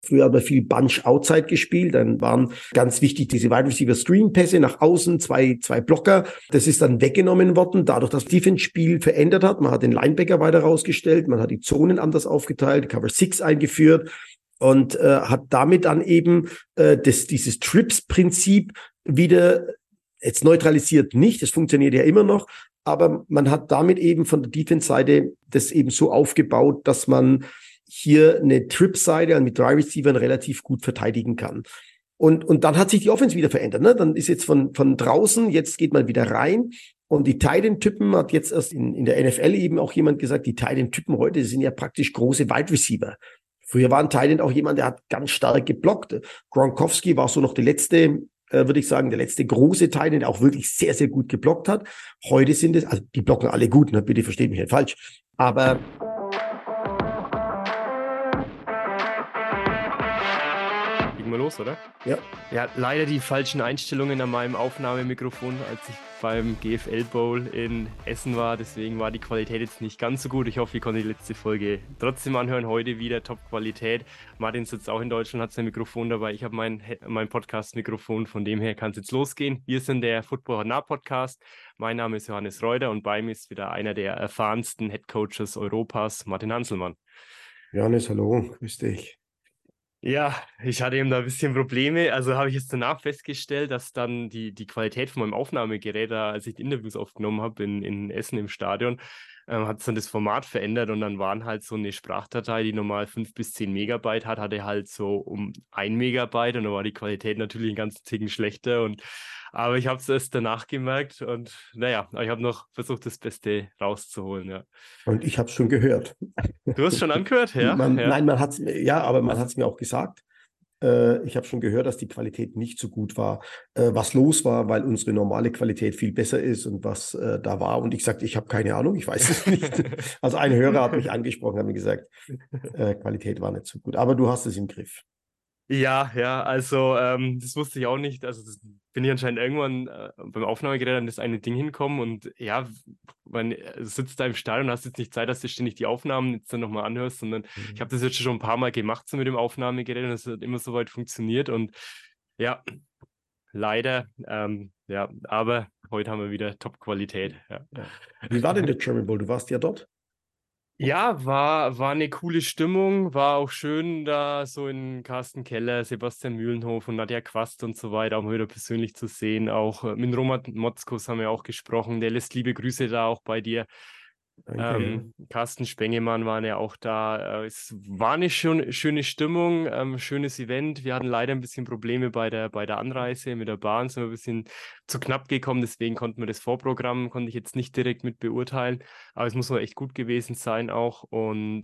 Früher hat man viel Bunch Outside gespielt, dann waren ganz wichtig diese Wide Receiver Screen Pässe nach außen, zwei Blocker. Das ist dann weggenommen worden, dadurch, dass das Defense-Spiel verändert hat. Man hat den Linebacker weiter rausgestellt, man hat die Zonen anders aufgeteilt, Cover 6 eingeführt und hat damit dann eben dieses Trips-Prinzip wieder jetzt neutralisiert nicht. Das funktioniert ja immer noch, aber man hat damit eben von der Defense-Seite das eben so aufgebaut, dass man hier eine Trip-Seite mit 3 Receivern relativ gut verteidigen kann. Und dann hat sich die Offense wieder verändert. Ne? Dann ist jetzt von draußen, jetzt geht man wieder rein. Und die Tight End-Typen hat jetzt erst in der NFL eben auch jemand gesagt, die Tight End-Typen heute sind ja praktisch große Wide Receiver. Früher war ein Tight End auch jemand, der hat ganz stark geblockt. Gronkowski war so noch die letzte, würde ich sagen, der letzte große Tight End, der auch wirklich sehr, sehr gut geblockt hat. Heute sind es, also die blocken alle gut, ne? Bitte versteht mich nicht falsch. Aber mal los, oder? Ja. Ja, leider die falschen Einstellungen an meinem Aufnahmemikrofon, als ich beim GFL Bowl in Essen war. Deswegen war die Qualität jetzt nicht ganz so gut. Ich hoffe, ihr konntet die letzte Folge trotzdem anhören. Heute wieder Top-Qualität. Martin sitzt auch in Deutschland, hat sein Mikrofon dabei. Ich habe mein Podcast-Mikrofon. Von dem her kann es jetzt losgehen. Wir sind der Football Nah Podcast. Mein Name ist Johannes Reuter und bei mir ist wieder einer der erfahrensten Headcoaches Europas, Martin Hanselmann. Johannes, hallo, grüß dich. Ja, ich hatte eben da ein bisschen Probleme. Also habe ich jetzt danach festgestellt, dass dann die Qualität von meinem Aufnahmegerät, als ich die Interviews aufgenommen habe in Essen im Stadion, hat es dann das Format verändert und dann waren halt so eine Sprachdatei, die normal 5 bis 10 Megabyte hat, hatte halt so um 1 Megabyte und dann war die Qualität natürlich einen ganzen Ticken schlechter. Aber ich habe es erst danach gemerkt und naja, ich habe noch versucht, das Beste rauszuholen, ja. Und ich habe es schon gehört. Du hast schon angehört, ja? Nein, man hat es aber man hat es mir auch gesagt. Ich habe schon gehört, dass die Qualität nicht so gut war, was los war, weil unsere normale Qualität viel besser ist und was da war. Und ich sagte, ich habe keine Ahnung, ich weiß es nicht. Also ein Hörer hat mich angesprochen, hat mir gesagt, Qualität war nicht so gut. Aber du hast es im Griff. Ja, also das wusste ich auch nicht. Also das bin ich anscheinend irgendwann beim Aufnahmegerät an das eine Ding hinkommen und ja, man sitzt da im Stadion und hast jetzt nicht Zeit, dass du ständig die Aufnahmen jetzt dann nochmal anhörst, sondern ich habe das jetzt schon ein paar Mal gemacht so mit dem Aufnahmegerät und es hat immer so weit funktioniert und ja, leider, ja, aber heute haben wir wieder Top-Qualität. Ja. Wie war denn der German Bowl? Du warst ja dort. Ja, war eine coole Stimmung, war auch schön, da so in Carsten Keller, Sebastian Mühlenhof und Nadja Quast und so weiter auch mal wieder persönlich zu sehen. Auch mit Roman Motzkus haben wir auch gesprochen, der lässt liebe Grüße da auch bei dir. Danke, Carsten Spengemann waren ja auch da. Es war eine schöne Stimmung, schönes Event. Wir hatten leider ein bisschen Probleme bei der Anreise mit der Bahn, sind wir ein bisschen zu knapp gekommen, deswegen konnten wir das Vorprogramm, konnte ich jetzt nicht direkt mit beurteilen, aber es muss noch echt gut gewesen sein auch und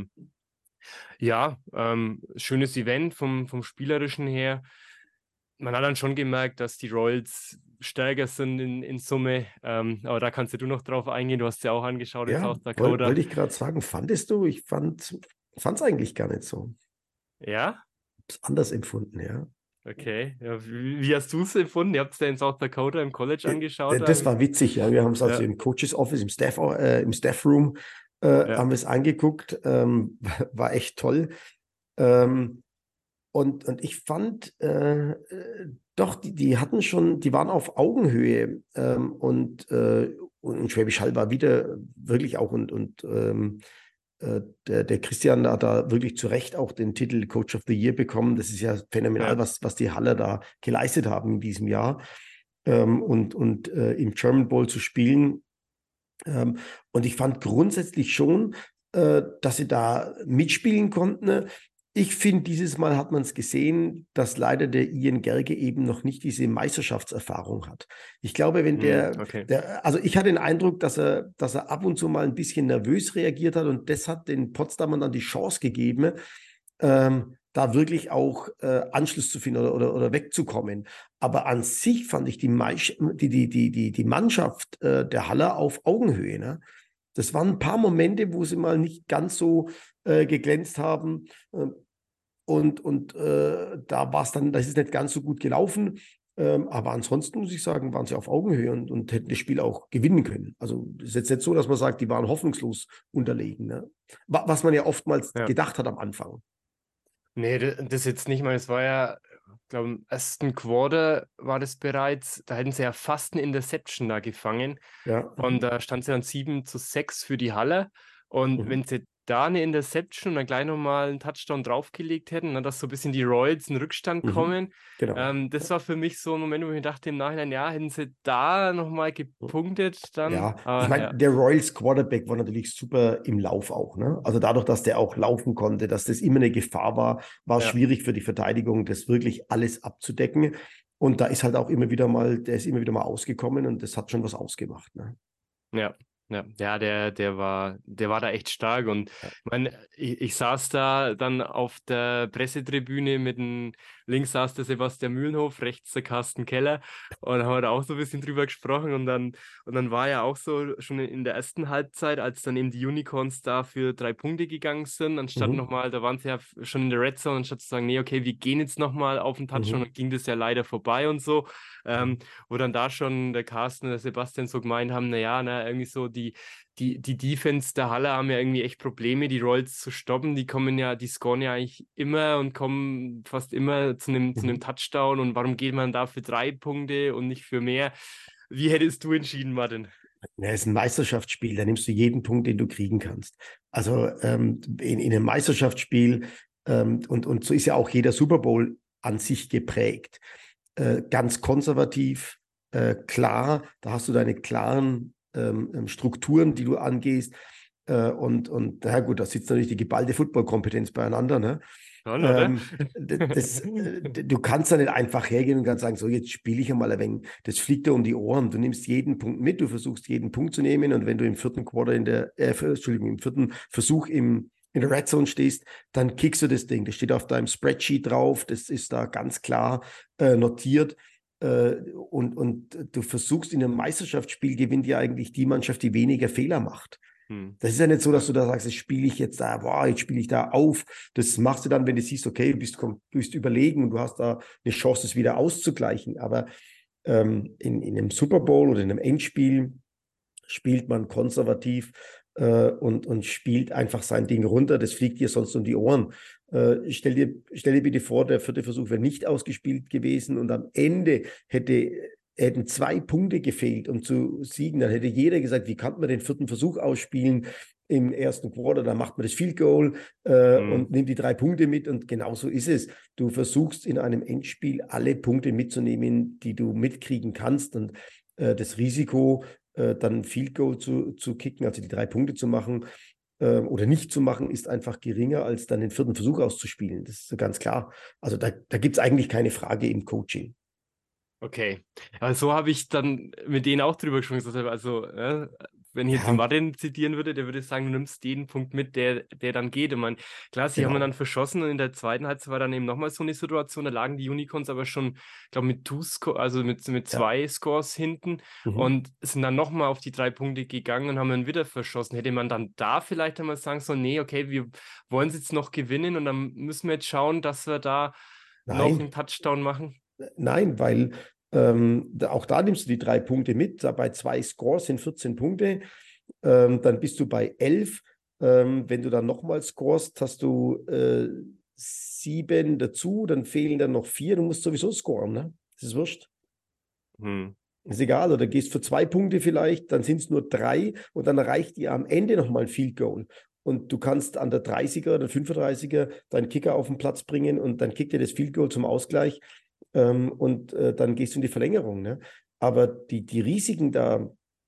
ja, schönes Event vom Spielerischen her. Man hat dann schon gemerkt, dass die Royals stärker sind in Summe, aber da kannst du noch drauf eingehen, du hast ja auch angeschaut in South Dakota. Wollte ich gerade sagen, fandest du? Ich fand es eigentlich gar nicht so. Ja? Ich habe es anders empfunden, ja. Okay. Ja, wie hast du es empfunden? Ihr habt es ja in South Dakota im College angeschaut. Das war witzig, ja. Wir haben es also Ja. im Coaches Office, im Staff Room haben wir es angeguckt. War echt toll. Und ich fand doch, die hatten schon, die waren auf Augenhöhe und Schwäbisch Hall war wieder wirklich auch der Christian hat da wirklich zu Recht auch den Titel Coach of the Year bekommen. Das ist ja phänomenal, was die Haller da geleistet haben in diesem Jahr im German Bowl zu spielen. Und ich fand grundsätzlich schon, dass sie da mitspielen konnten. Ne? Ich finde, dieses Mal hat man es gesehen, dass leider der Ian Gerge eben noch nicht diese Meisterschaftserfahrung hat. Ich glaube, wenn also ich hatte den Eindruck, dass er ab und zu mal ein bisschen nervös reagiert hat und das hat den Potsdamern dann die Chance gegeben, da wirklich auch Anschluss zu finden oder wegzukommen. Aber an sich fand ich die Mannschaft der Haller auf Augenhöhe. Ne? Das waren ein paar Momente, wo sie mal nicht ganz so geglänzt haben. Da war es dann, das ist nicht ganz so gut gelaufen. Aber ansonsten muss ich sagen, waren sie auf Augenhöhe und hätten das Spiel auch gewinnen können. Also es ist jetzt nicht so, dass man sagt, die waren hoffnungslos unterlegen. Ne? Was man ja oftmals gedacht hat am Anfang. Nee, das jetzt nicht mal. Es war ja, ich glaube, im ersten Quarter war das bereits. Da hätten sie ja fast eine Interception da gefangen. Ja. Und da stand es ja dann 7-6 für die Halle. Und Mhm. wenn sie da eine Interception und dann gleich nochmal einen Touchdown draufgelegt hätten, dann dass so ein bisschen die Royals in Rückstand Mhm. kommen, Genau. das war für mich so ein Moment, wo ich mir dachte im Nachhinein, ja, hätten sie da nochmal gepunktet, dann. Ja, ich Aber meine, ja, der Royals Quarterback war natürlich super im Lauf auch, ne? Also dadurch, dass der auch laufen konnte, dass das immer eine Gefahr war, war es ja, schwierig für die Verteidigung, das wirklich alles abzudecken. Und da ist halt auch immer wieder mal, der ist immer wieder mal ausgekommen und das hat schon was ausgemacht, ne? ja. Ja, der war da echt stark und ich meine, ich saß da dann auf der Pressetribüne links saß der Sebastian Mühlenhof, rechts der Carsten Keller und haben wir da auch so ein bisschen drüber gesprochen und dann war ja auch so schon in der ersten Halbzeit, als dann eben die Unicorns da für 3 Punkte gegangen sind, anstatt Mhm. nochmal, da waren sie ja schon in der Red Zone, anstatt zu sagen, nee, okay, wir gehen jetzt nochmal auf den Touchdown, Mhm. dann ging das ja leider vorbei und so. Mhm. Wo dann da schon der Carsten und der Sebastian so gemeint haben, naja, irgendwie so die Defense der Halle haben ja irgendwie echt Probleme, die Rolls zu stoppen. Die scoren ja eigentlich immer und kommen fast immer zu einem Mhm. Touchdown. Und warum geht man da für 3 Punkte und nicht für mehr? Wie hättest du entschieden, Martin? Ja, es ist ein Meisterschaftsspiel, da nimmst du jeden Punkt, den du kriegen kannst. Also in einem Meisterschaftsspiel, und so ist ja auch jeder Super Bowl an sich geprägt. Ganz konservativ, klar, da hast du deine klaren Strukturen, die du angehst. Na gut, da sitzt natürlich die geballte Footballkompetenz beieinander, ne? Schon, oder? Du kannst da nicht einfach hergehen und kannst sagen, so jetzt spiele ich einmal ein wenig. Das fliegt dir um die Ohren. Du nimmst jeden Punkt mit, du versuchst jeden Punkt zu nehmen und wenn du im vierten Quarter Entschuldigung, im vierten Versuch in der Red Zone stehst, dann kickst du das Ding. Das steht auf deinem Spreadsheet drauf, das ist da ganz klar notiert. Und du versuchst in einem Meisterschaftsspiel gewinnt ja eigentlich die Mannschaft, die weniger Fehler macht. Hm. Das ist ja nicht so, dass du da sagst, jetzt spiele ich jetzt da, boah, jetzt spiele ich da auf. Das machst du dann, wenn du siehst, okay, du bist überlegen und du hast da eine Chance, es wieder auszugleichen. Aber in einem Super Bowl oder in einem Endspiel spielt man konservativ und spielt einfach sein Ding runter. Das fliegt dir sonst um die Ohren. Stell dir bitte vor, der vierte Versuch wäre nicht ausgespielt gewesen und am Ende hätten 2 Punkte gefehlt, um zu siegen. Dann hätte jeder gesagt, wie kann man den vierten Versuch ausspielen im ersten Quarter? Dann macht man das Field Goal Hm. und nimmt die 3 Punkte mit. Und genau so ist es. Du versuchst in einem Endspiel alle Punkte mitzunehmen, die du mitkriegen kannst. Und das Risiko, dann ein Field Goal zu kicken, also die 3 Punkte zu machen oder nicht zu machen, ist einfach geringer, als dann den vierten Versuch auszuspielen. Das ist so ganz klar. Also da gibt es eigentlich keine Frage im Coaching. Okay. Aber so habe ich dann mit denen auch drüber gesprochen. Also, wenn ich jetzt den Ja, Martin zitieren würde, der würde sagen, du nimmst den Punkt mit, der dann geht. Und man, klar, sie haben dann genau. verschossen und in der zweiten Halbzeit war dann eben nochmal so eine Situation, da lagen die Unicorns aber schon, ich glaube, also mit Ja. 2 Scores hinten Mhm. und sind dann nochmal auf die 3 Punkte gegangen und haben dann wieder verschossen. Hätte man dann da vielleicht einmal sagen sollen, nee, okay, wir wollen es jetzt noch gewinnen und dann müssen wir jetzt schauen, dass wir da noch einen Nein, Touchdown machen. nein, weil auch da nimmst du die 3 Punkte mit. Bei 2 Scores sind 14 Punkte. Dann bist du bei 11. Wenn du dann nochmal scorest, hast du 7 dazu. Dann fehlen dann noch 4. Du musst sowieso scoren, ne? Das ist wurscht. Hm. Ist egal, oder gehst für 2 Punkte vielleicht, dann sind es nur 3 und dann reicht dir am Ende nochmal ein Field Goal. Und du kannst an der 30er oder 35er deinen Kicker auf den Platz bringen und dann kickt er das Field Goal zum Ausgleich und dann gehst du in die Verlängerung. Ne? Aber die Risiken da,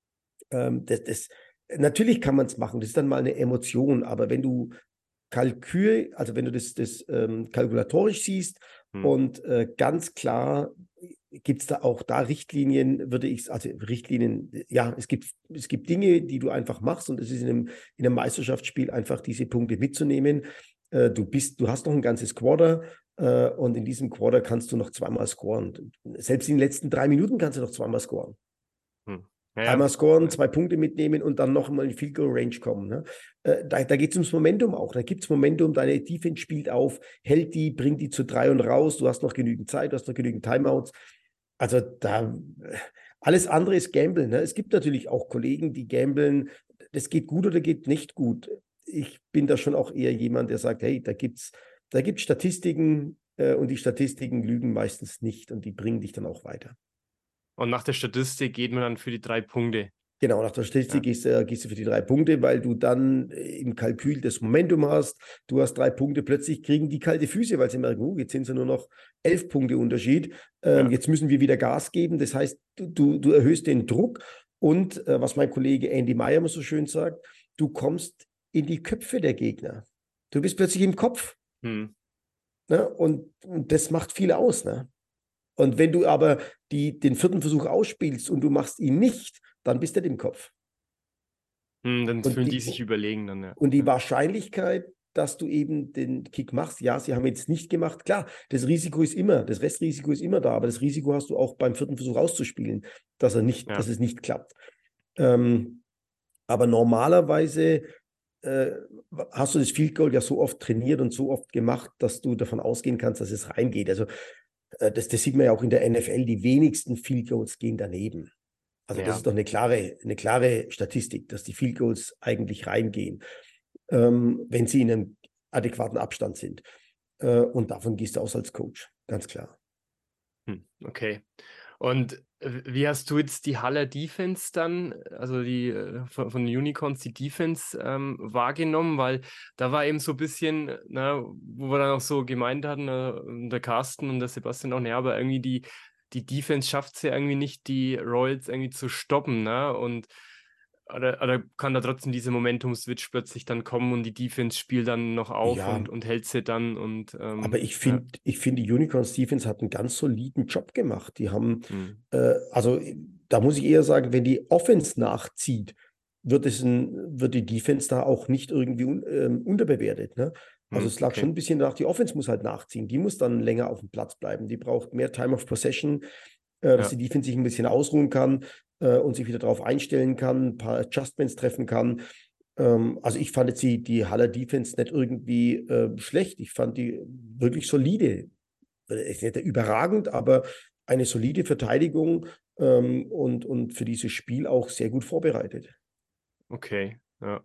natürlich kann man es machen, das ist dann mal eine Emotion, aber wenn du also wenn du das kalkulatorisch siehst Hm. und ganz klar gibt es da auch da Richtlinien, also Richtlinien, ja, es gibt Dinge, die du einfach machst und es ist in einem Meisterschaftsspiel einfach diese Punkte mitzunehmen. Du hast noch ein ganzes Quarter und in diesem Quarter kannst du noch zweimal scoren. Selbst in den letzten 3 Minuten kannst du noch zweimal scoren. Hm. Ja, Einmal ja. scoren, 2 Punkte mitnehmen und dann noch mal in Field Goal Range kommen. Ne? Da geht es ums Momentum auch. Da gibt es Momentum, deine Defense spielt auf, hält die, bringt die zu 3 und raus. Du hast noch genügend Zeit, du hast noch genügend Timeouts. Also alles andere ist Gamblen. Ne? Es gibt natürlich auch Kollegen, die gamblen, das geht gut oder geht nicht gut. Ich bin da schon auch eher jemand, der sagt, hey, Da gibt es Statistiken und die Statistiken lügen meistens nicht und die bringen dich dann auch weiter. Und nach der Statistik geht man dann für die 3 Punkte. Genau, nach der Statistik Ja. gehst du für die 3 Punkte, weil du dann im Kalkül das Momentum hast. Du hast 3 Punkte, plötzlich kriegen die kalte Füße, weil sie merken, jetzt sind es nur noch 11 Punkte Unterschied. Ja. Jetzt müssen wir wieder Gas geben. Das heißt, du erhöhst den Druck und was mein Kollege Andy Meyer immer so schön sagt, du kommst in die Köpfe der Gegner. Du bist plötzlich im Kopf. Hm. Ne? Und das macht viel aus. Ne? Und wenn du aber den 4. Versuch ausspielst und du machst ihn nicht, dann bist du im Kopf. Dann Und fühlen die sich überlegen dann, ja. Und die Wahrscheinlichkeit, dass du eben den Kick machst, ja, sie haben jetzt nicht gemacht. Klar, das Restrisiko ist immer da, aber das Risiko hast du auch beim 4. Versuch auszuspielen, dass es nicht klappt. Aber normalerweise hast du das Field Goal ja so oft trainiert und so oft gemacht, dass du davon ausgehen kannst, dass es reingeht. Also das sieht man ja auch in der NFL, die wenigsten Field Goals gehen daneben. Also das ist doch eine klare Statistik, dass die Field Goals eigentlich reingehen, wenn sie in einem adäquaten Abstand sind. Und davon gehst du aus als Coach, ganz klar. Okay. Und wie hast du jetzt die Haller Defense dann, also die von den Unicorns, die Defense wahrgenommen? Weil da war eben so ein bisschen, wo wir dann auch so gemeint hatten, der Carsten und der Sebastian auch, aber irgendwie die Defense schafft es ja irgendwie nicht, die Royals irgendwie zu stoppen, ne? Und oder kann da trotzdem dieser Momentum-Switch plötzlich dann kommen und die Defense spielt dann noch auf und hält sie dann und aber ich finde, die Unicorns Defense hat einen ganz soliden Job gemacht. Die haben, also da muss ich eher sagen, wenn die Offense nachzieht, wird die Defense da auch nicht irgendwie unterbewertet. Ne? Also es lag schon ein bisschen nach, die Offense muss halt nachziehen. Die muss dann länger auf dem Platz bleiben. Die braucht mehr Time of Possession, dass die Defense sich ein bisschen ausruhen kann und sich wieder darauf einstellen kann, ein paar Adjustments treffen kann. Also ich fand jetzt die Haller Defense nicht irgendwie schlecht. Ich fand die wirklich solide. Ist nicht überragend, aber eine solide Verteidigung und für dieses Spiel auch sehr gut vorbereitet. Okay, ja.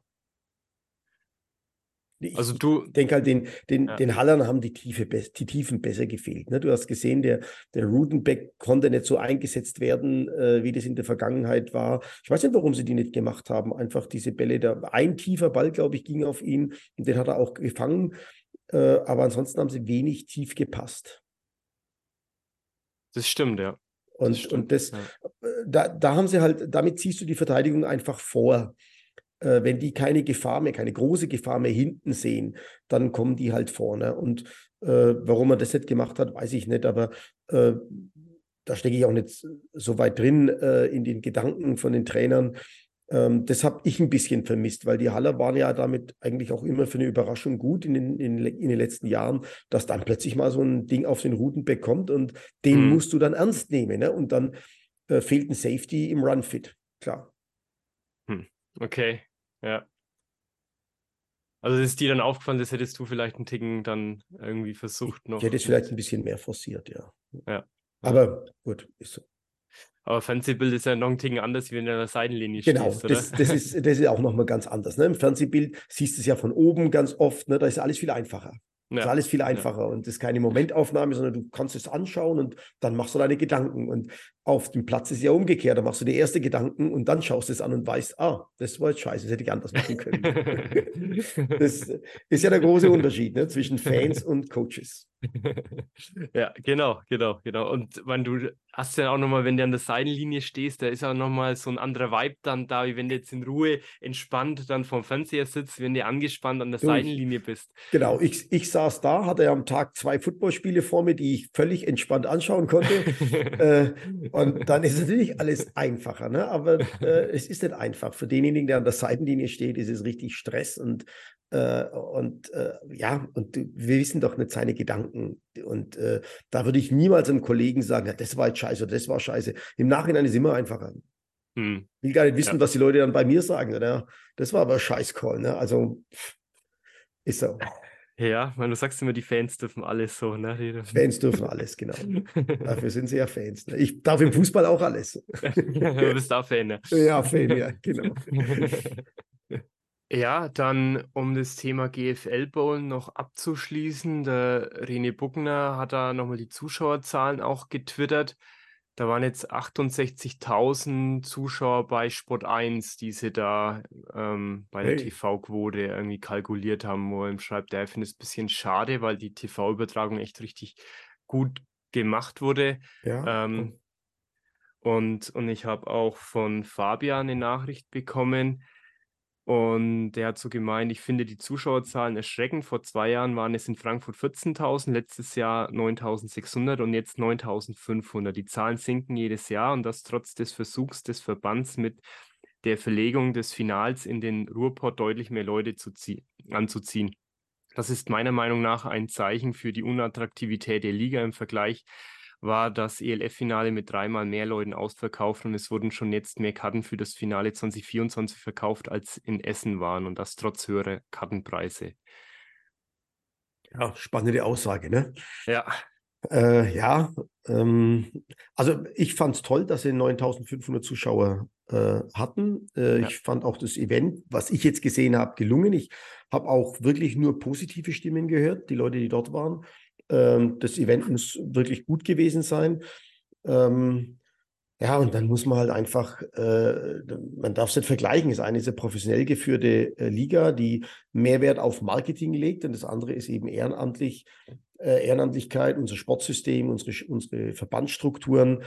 Ich denke halt, den Hallern haben die Tiefen besser gefehlt. Ne? Du hast gesehen, der Rudenbeck konnte nicht so eingesetzt werden, wie das in der Vergangenheit war. Ich weiß nicht, warum sie die nicht gemacht haben. Einfach diese Bälle, ein tiefer Ball, glaube ich, ging auf ihn und den hat er auch gefangen. Aber ansonsten haben sie wenig tief gepasst. Das stimmt, ja. Da haben sie halt, damit ziehst du die Verteidigung einfach vor. Wenn die keine große Gefahr mehr hinten sehen, dann kommen die halt vorne. Und warum man das nicht gemacht hat, weiß ich nicht, aber da stecke ich auch nicht so weit drin in den Gedanken von den Trainern. Das habe ich ein bisschen vermisst, weil die Haller waren ja damit eigentlich auch immer für eine Überraschung gut in den letzten Jahren, dass dann plötzlich mal so ein Ding auf den Rudenbeck kommt und den musst du dann ernst nehmen. Ne? Und dann fehlt ein Safety im Run-Fit, klar. Okay, ja. Also ist dir dann aufgefallen, das hättest du vielleicht einen Ticken dann irgendwie versucht noch. Ich hätte es vielleicht ein bisschen mehr forciert, ja. Ja. Aber gut, ist so. Aber Fernsehbild ist ja noch ein Ticken anders, wie wenn du an der Seitenlinie stehst, oder? Das ist auch nochmal ganz anders. Ne? Im Fernsehbild siehst du es ja von oben ganz oft, ne? Da ist alles viel einfacher. Das ist alles viel einfacher und das ist keine Momentaufnahme, sondern du kannst es anschauen und dann machst du deine Gedanken. Und auf dem Platz ist es ja umgekehrt. Da machst du die ersten Gedanken und dann schaust du es an und weißt, das war jetzt scheiße, das hätte ich anders machen können. Das ist ja der große Unterschied, ne, zwischen Fans und Coaches. Ja, genau. Und wenn du hast ja auch nochmal, wenn du an der Seitenlinie stehst, da ist auch nochmal so ein anderer Vibe dann da, wie wenn du jetzt in Ruhe entspannt dann vorm Fernseher sitzt, wenn du angespannt an der Seitenlinie bist. Genau, ich saß da, hatte ja am Tag 2 Footballspiele vor mir, die ich völlig entspannt anschauen konnte. Und dann ist natürlich alles einfacher, ne? Aber es ist nicht einfach. Für denjenigen, der an der Seitenlinie steht, ist es richtig Stress und wir wissen doch nicht seine Gedanken. Und da würde ich niemals einem Kollegen sagen, ja, das war jetzt scheiße oder das war scheiße. Im Nachhinein ist es immer einfacher. Ich will gar nicht wissen, was die Leute dann bei mir sagen. Oder? Das war aber ein Scheiß-Call. Ne? Also ist so. Ja, du sagst immer, die Fans dürfen alles so. Ne? Fans dürfen alles, genau. Dafür sind sie ja Fans. Ne? Ich darf im Fußball auch alles. Du bist auch Fan, ne? Ja, Fan, ja, genau. Ja, dann um das Thema GFL Bowl noch abzuschließen, der René Buckner hat da nochmal die Zuschauerzahlen auch getwittert. Da waren jetzt 68.000 Zuschauer bei Sport 1, die sie da bei der Hey, TV-Quote irgendwie kalkuliert haben, wo er schreibt, er findet es ein bisschen schade, weil die TV-Übertragung echt richtig gut gemacht wurde. ja. Ähm, und ich habe auch von Fabian eine Nachricht bekommen und der hat so gemeint, ich finde die Zuschauerzahlen erschreckend. Vor 2 Jahren waren es in Frankfurt 14.000, letztes Jahr 9.600 und jetzt 9.500. Die Zahlen sinken jedes Jahr und das trotz des Versuchs des Verbands mit der Verlegung des Finals in den Ruhrpott deutlich mehr Leute anzuziehen. Das ist meiner Meinung nach ein Zeichen für die Unattraktivität der Liga. Im Vergleich war das ELF-Finale mit 3-mal mehr Leuten ausverkauft und es wurden schon jetzt mehr Karten für das Finale 2024 verkauft, als in Essen waren und das trotz höherer Kartenpreise. Ja, spannende Aussage, ne? Ja, Ja, also ich fand es toll, dass sie 9.500 Zuschauer hatten. ja, Ich fand auch das Event, was ich jetzt gesehen habe, gelungen. Ich habe auch wirklich nur positive Stimmen gehört, die Leute, die dort waren. Das Event muss wirklich gut gewesen sein. Ähm, ja, und dann muss man halt einfach, man darf es nicht vergleichen. Das eine ist eine professionell geführte Liga, die Mehrwert auf Marketing legt, und das andere ist eben Ehrenamtlichkeit, unser Sportsystem, unsere Verbandsstrukturen.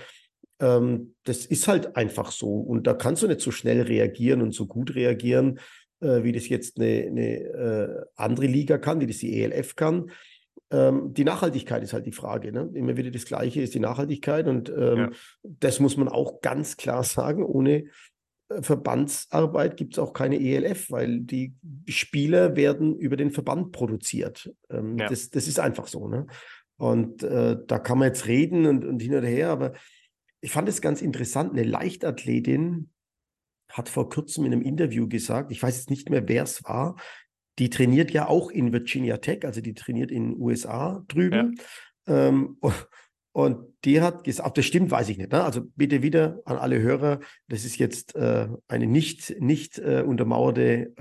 Das ist halt einfach so. Und da kannst du nicht so schnell reagieren und so gut reagieren, wie das jetzt eine andere Liga kann, wie das die ELF kann. Die Nachhaltigkeit ist halt die Frage. Ne? Immer wieder das Gleiche ist die Nachhaltigkeit. Und ja, das muss man auch ganz klar sagen. Ohne Verbandsarbeit gibt es auch keine ELF, weil die Spieler werden über den Verband produziert. ja. Das ist einfach so. Ne? Und da kann man jetzt reden und hin oder her, aber ich fand es ganz interessant. Eine Leichtathletin hat vor kurzem in einem Interview gesagt, ich weiß jetzt nicht mehr, wer es war, die trainiert ja auch in Virginia Tech, also die trainiert in den USA Ja. drüben. Ähm, und die hat gesagt, das stimmt, weiß ich nicht. Ne? Also bitte wieder an alle Hörer, das ist jetzt eine nicht untermauerte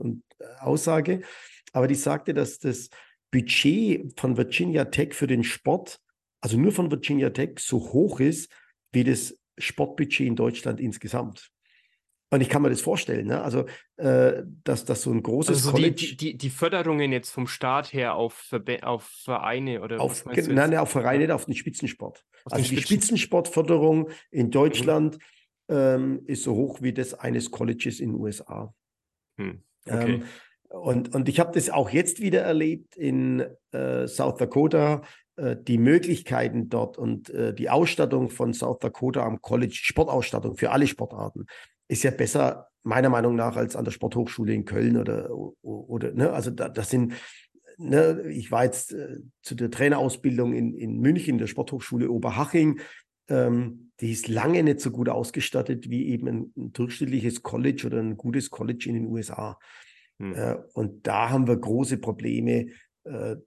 Aussage. Aber die sagte, dass das Budget von Virginia Tech für den Sport, also nur von Virginia Tech, so hoch ist wie das Sportbudget in Deutschland insgesamt. Und ich kann mir das vorstellen, ne? Also, dass das so ein Also großes so die, College die, die Förderungen jetzt vom Staat her auf Vereine oder was meinst du nein, jetzt? nein, auf Vereine, Ja, nicht auf den Spitzensport. auf den Also die Spitzen. Spitzensportförderung in Mhm. Deutschland ist so hoch wie das eines Colleges in den USA. Hm. Ähm, Okay. und ich habe das auch jetzt wieder erlebt in South Dakota. Die Möglichkeiten dort und die Ausstattung von South Dakota am College, Sportausstattung für alle Sportarten, ist ja besser, meiner Meinung nach, als an der Sporthochschule in Köln oder ne? Also das sind, ne, ich war jetzt zu der Trainerausbildung in München, der Sporthochschule Oberhaching. Die ist lange nicht so gut ausgestattet wie eben ein durchschnittliches College oder ein gutes College in den USA. Hm. Und da haben wir große Probleme. Äh,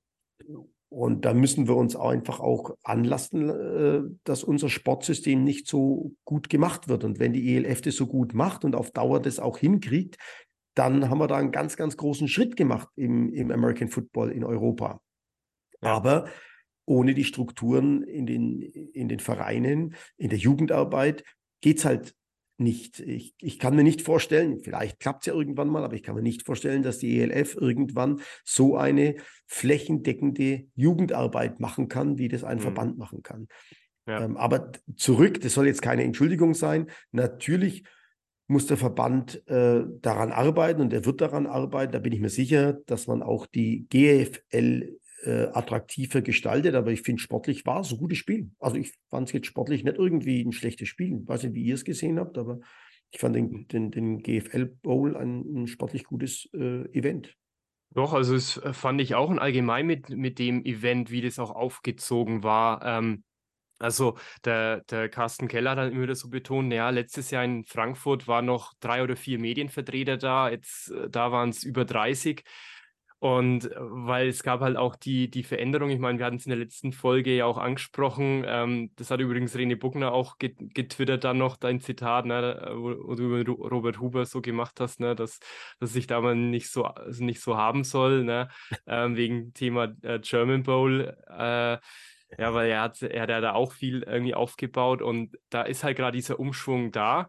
und da müssen wir uns einfach auch anlasten, dass unser Sportsystem nicht so gut gemacht wird. Und wenn die ELF das so gut macht und auf Dauer das auch hinkriegt, dann haben wir da einen ganz, ganz großen Schritt gemacht im American Football in Europa. Ja. Aber ohne die Strukturen in den Vereinen, in der Jugendarbeit, geht es halt nicht. Ich kann mir nicht vorstellen, vielleicht klappt es ja irgendwann mal, aber ich kann mir nicht vorstellen, dass die ELF irgendwann so eine flächendeckende Jugendarbeit machen kann, wie das ein Hm. Verband machen kann. Ja. Aber zurück, das soll jetzt keine Entschuldigung sein. Natürlich muss der Verband daran arbeiten, und er wird daran arbeiten. Da bin ich mir sicher, dass man auch die GFL attraktiver gestaltet. Aber ich finde, sportlich war es ein gutes Spiel. Also ich fand es jetzt sportlich nicht irgendwie ein schlechtes Spiel. Ich weiß nicht, wie ihr es gesehen habt, aber ich fand den GFL Bowl ein sportlich gutes Event. Doch, also es fand ich auch und allgemein mit dem Event, wie das auch aufgezogen war. Also der Carsten Keller hat dann immer wieder so betont, ja, letztes Jahr in Frankfurt waren noch 3 oder 4 Medienvertreter da, jetzt da waren es über 30. Und weil es gab halt auch die Veränderung, ich meine, wir hatten es in der letzten Folge ja auch angesprochen, das hat übrigens René Buckner auch getwittert dann noch, dein Zitat, ne, wo du über Robert Huber so gemacht hast, ne, dass sich da mal nicht so haben soll, ne, wegen Thema German Bowl, ja, weil er hat ja da auch viel irgendwie aufgebaut und da ist halt gerade dieser Umschwung da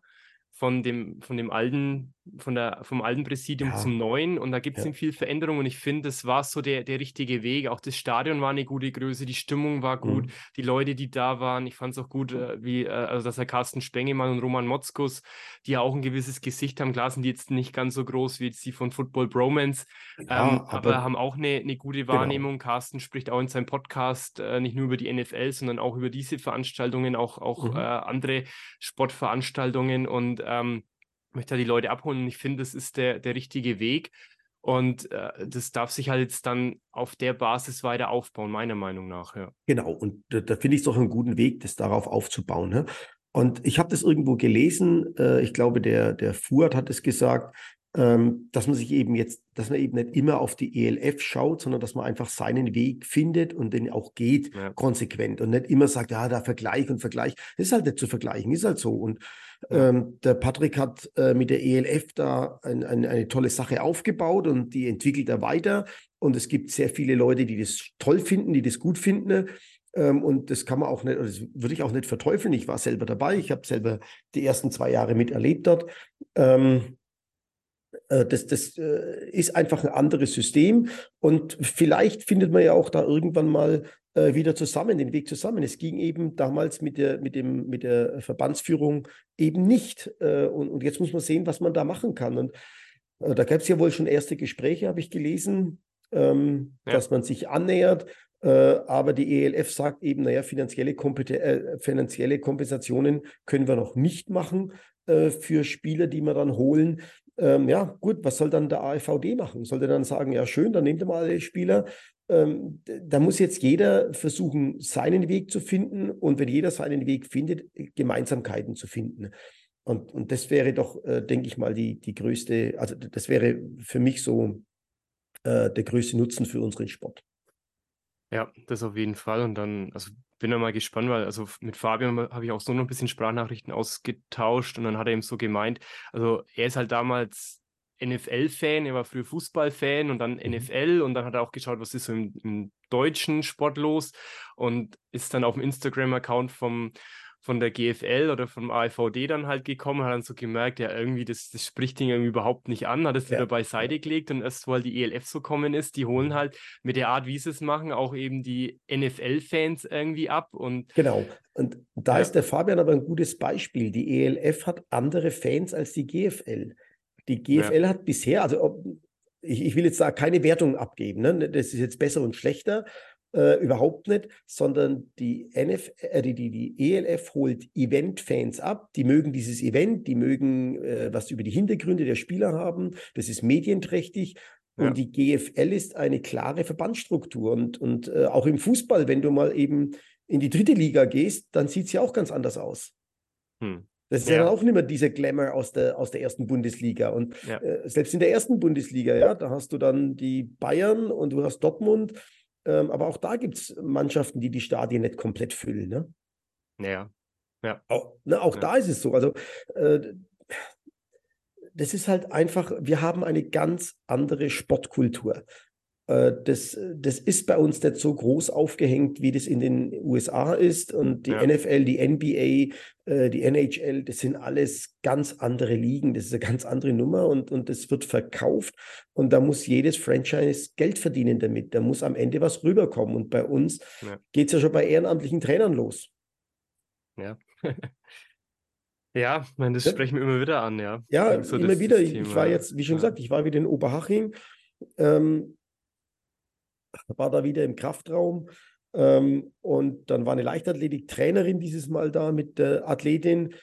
vom alten Präsidium Ja, zum neuen und da gibt es ja. viel Veränderung und ich finde, das war so der richtige Weg. Auch das Stadion war eine gute Größe, die Stimmung war gut, Mhm. die Leute, die da waren, ich fand es auch gut, also dass der Carsten Spengemann und Roman Motzkus, die ja auch ein gewisses Gesicht haben, klar sind die jetzt nicht ganz so groß wie jetzt die von Football Bromance, Ja, aber aber haben auch eine gute genau. Wahrnehmung. Carsten spricht auch in seinem Podcast nicht nur über die NFL, sondern auch über diese Veranstaltungen, auch Mhm. andere Sportveranstaltungen und möchte da die Leute abholen. Und ich finde, das ist der richtige Weg. Und das darf sich halt jetzt dann auf der Basis weiter aufbauen, meiner Meinung nach, ja. Genau, und da finde ich es doch einen guten Weg, das darauf aufzubauen. Ne? Und ich habe das irgendwo gelesen, ich glaube, der Fuad hat es gesagt, dass man sich eben jetzt, dass man eben nicht immer auf die ELF schaut, sondern dass man einfach seinen Weg findet und den auch geht, Ja, konsequent und nicht immer sagt, ja, da Vergleich und Vergleich. Das ist halt nicht zu vergleichen, ist halt so. Und ja, der Patrick hat mit der ELF da eine tolle Sache aufgebaut und die entwickelt er weiter. Und es gibt sehr viele Leute, die das toll finden, die das gut finden. Und das kann man auch nicht, oder das würde ich auch nicht verteufeln. Ich war selber dabei. Ich habe selber die ersten 2 Jahre miterlebt dort. Das ist einfach ein anderes System. Und vielleicht findet man ja auch da irgendwann mal wieder zusammen, den Weg zusammen. Es ging eben damals mit der Verbandsführung eben nicht. Und jetzt muss man sehen, was man da machen kann. Und da gab es ja wohl schon erste Gespräche, habe ich gelesen, ja, dass man sich annähert. Aber die ELF sagt eben, naja, finanzielle Kompensationen können wir noch nicht machen für Spieler, die wir dann holen. Ja, gut, was soll dann der AfVD machen? Soll der dann sagen, ja, schön, dann nehmt ihr mal alle Spieler. Da muss jetzt jeder versuchen, seinen Weg zu finden und wenn jeder seinen Weg findet, Gemeinsamkeiten zu finden. Und das wäre doch, denke ich mal, die größte, also das wäre für mich so der größte Nutzen für unseren Sport. ja, das auf jeden Fall. Und dann, also bin da mal gespannt, weil also mit Fabian habe ich auch so noch ein bisschen Sprachnachrichten ausgetauscht und dann hat er eben so gemeint, also er ist halt damals NFL-Fan, er war früher Fußball-Fan und dann Mhm. NFL und dann hat er auch geschaut, was ist so im deutschen Sport los und ist dann auf dem Instagram-Account von der GFL oder vom AIVD dann halt gekommen, hat dann so gemerkt, ja, irgendwie, das spricht ihn irgendwie überhaupt nicht an, hat es wieder Ja, ja. beiseite gelegt und erst, weil die ELF so kommen ist, die holen Mhm. halt mit der Art, wie sie es machen, auch eben die NFL-Fans irgendwie ab und Genau. Und da ja, ist der Fabian aber ein gutes Beispiel. Die ELF hat andere Fans als die GFL. Die ja, GFL hat bisher, also ich will jetzt da keine Wertung abgeben, ne? Das ist jetzt besser und schlechter, überhaupt nicht, sondern die ELF holt Event-Fans ab, die mögen dieses Event, die mögen was über die Hintergründe der Spieler haben, das ist medienträchtig. Und ja, die GFL ist eine klare Verbandsstruktur. Und auch im Fußball, wenn du mal eben in die dritte Liga gehst, dann sieht es ja auch ganz anders aus. hm. Das ist ja dann Ja, auch nicht mehr dieser Glamour aus der ersten Bundesliga. Und ja, selbst in der ersten Bundesliga, ja, da hast du dann die Bayern und du hast Dortmund. Aber auch da gibt es Mannschaften, die die Stadien nicht komplett füllen. Ne? ja, ja, Auch ja, da ist es so. Also äh, das ist halt einfach, wir haben eine ganz andere Sportkultur. Das ist bei uns nicht so groß aufgehängt, wie das in den USA ist. Und die ja, NFL, die NBA, die NHL, das sind alles ganz andere Ligen. Das ist eine ganz andere Nummer und das wird verkauft. Und da muss jedes Franchise Geld verdienen damit. Da muss am Ende was rüberkommen. Und bei uns ja, geht es ja schon bei ehrenamtlichen Trainern los. ja. Ja, ich meine, das Ne? sprechen wir immer wieder an, ja. Ja, Irgend so immer wieder. das Ich war Thema, jetzt, wie schon ja, gesagt, ich war wieder in Oberhaching. Ähm, war da wieder im Kraftraum. Und dann war eine Leichtathletik-Trainerin dieses Mal da mit der Athletin.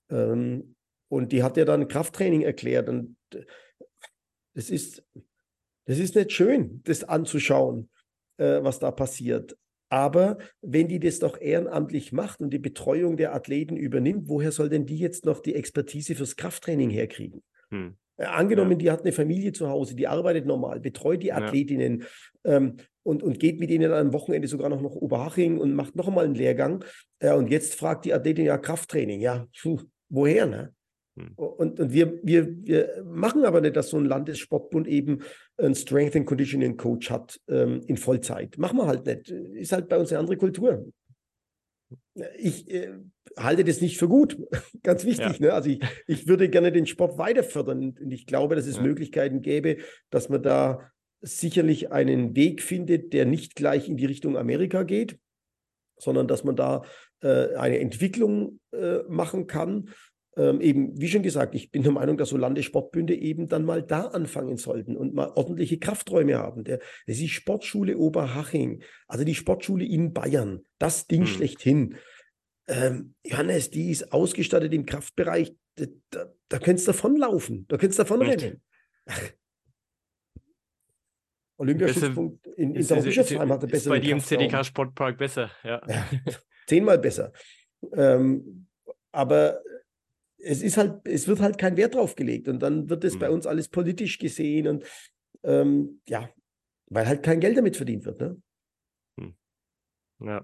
Und die hat ja dann Krafttraining erklärt. Und das ist, das ist nicht schön, das anzuschauen, was da passiert. Aber wenn die das doch ehrenamtlich macht und die Betreuung der Athleten übernimmt, woher soll denn die jetzt noch die Expertise fürs Krafttraining herkriegen? hm. Angenommen, die hat eine Familie zu Hause, die arbeitet normal, betreut die Ja. Athletinnen und geht mit ihnen am Wochenende sogar noch nach Oberhaching und macht noch einmal einen Lehrgang. Und jetzt fragt die Athletin ja Krafttraining. Ja, woher, ne? Und wir machen aber nicht, dass so ein Landessportbund eben einen Strength and Conditioning Coach hat in Vollzeit. Machen wir halt nicht. Ist halt bei uns eine andere Kultur. Ich halte das nicht für gut, ganz wichtig. Ne? Also ich würde gerne den Sport weiter fördern und ich glaube, dass es Möglichkeiten gäbe, dass man da sicherlich einen Weg findet, der nicht gleich in die Richtung Amerika geht, sondern dass man da eine Entwicklung machen kann. Eben, wie schon gesagt, ich bin der Meinung, dass so Landessportbünde eben dann mal da anfangen sollten und mal ordentliche Krafträume haben. Das ist die Sportschule Oberhaching, also die Sportschule in Bayern, das Ding schlechthin. Johannes, die ist ausgestattet im Kraftbereich, da könntest du davonlaufen, da könntest du davonrennen. Olympiastützpunkt in Sauerbischofsheim hat eine bessere Ist bei dir im Kraftraum. CDK Sportpark besser, ja. 10-mal besser. Aber es wird halt kein Wert drauf gelegt und dann wird es bei uns alles politisch gesehen und weil halt kein Geld damit verdient wird. Ne? Ja.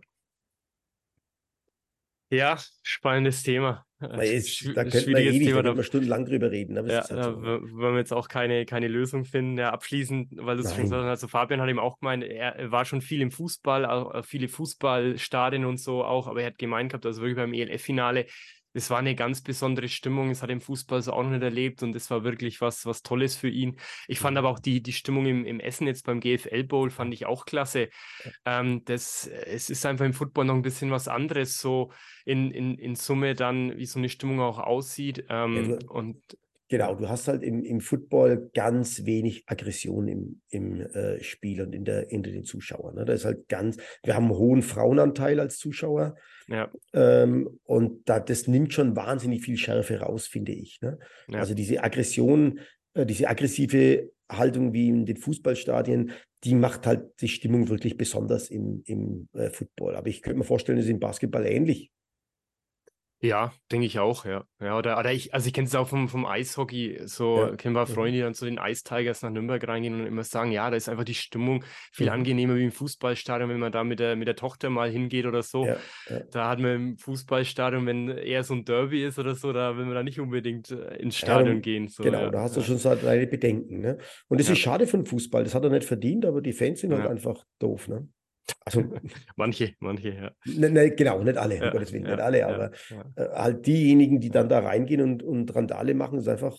Ja, spannendes Thema. Da könnte man ewig, da könnte man stundenlang drüber reden. Aber ja, ist halt so. wenn wir jetzt auch keine Lösung finden. Ja, abschließend, weil du es schon gesagt hast, also Fabian hat eben auch gemeint, er war schon viel im Fußball, auch viele Fußballstadien und so auch, aber er hat gemeint gehabt, also wirklich beim ELF-Finale, es war eine ganz besondere Stimmung, es hat im Fußball so auch noch nicht erlebt und es war wirklich was Tolles für ihn. Ich fand aber auch die Stimmung im Essen jetzt beim GFL Bowl fand ich auch klasse. Es ist einfach im Football noch ein bisschen was anderes, so in Summe dann, wie so eine Stimmung auch aussieht. Genau, du hast halt im Football ganz wenig Aggression im Spiel und hinter den Zuschauern. Ne? Da ist halt wir haben einen hohen Frauenanteil als Zuschauer. Ja. Und das nimmt schon wahnsinnig viel Schärfe raus, finde ich. Ne? Ja. Also diese Aggression, diese aggressive Haltung wie in den Fußballstadien, die macht halt die Stimmung wirklich besonders im Football. Aber ich könnte mir vorstellen, das ist im Basketball ähnlich. Ja, denke ich auch, ja. Oder ich kenne es auch vom Eishockey, so kennen wir Freunde, die dann zu den Ice Tigers nach Nürnberg reingehen und immer sagen, ja, da ist einfach die Stimmung viel angenehmer wie im Fußballstadion, wenn man da mit der Tochter mal hingeht oder so. Ja. Da hat man im Fußballstadion, wenn eher so ein Derby ist oder so, da will man da nicht unbedingt ins Stadion gehen. So, genau, da hast du schon so deine Bedenken. Ne? Und das ist schade für den Fußball, das hat er nicht verdient, aber die Fans sind halt einfach doof. Ne? Also, manche, ja. Genau, nicht alle, um Gottes Willen, nicht alle, aber halt diejenigen, die dann da reingehen und Randale machen, ist einfach,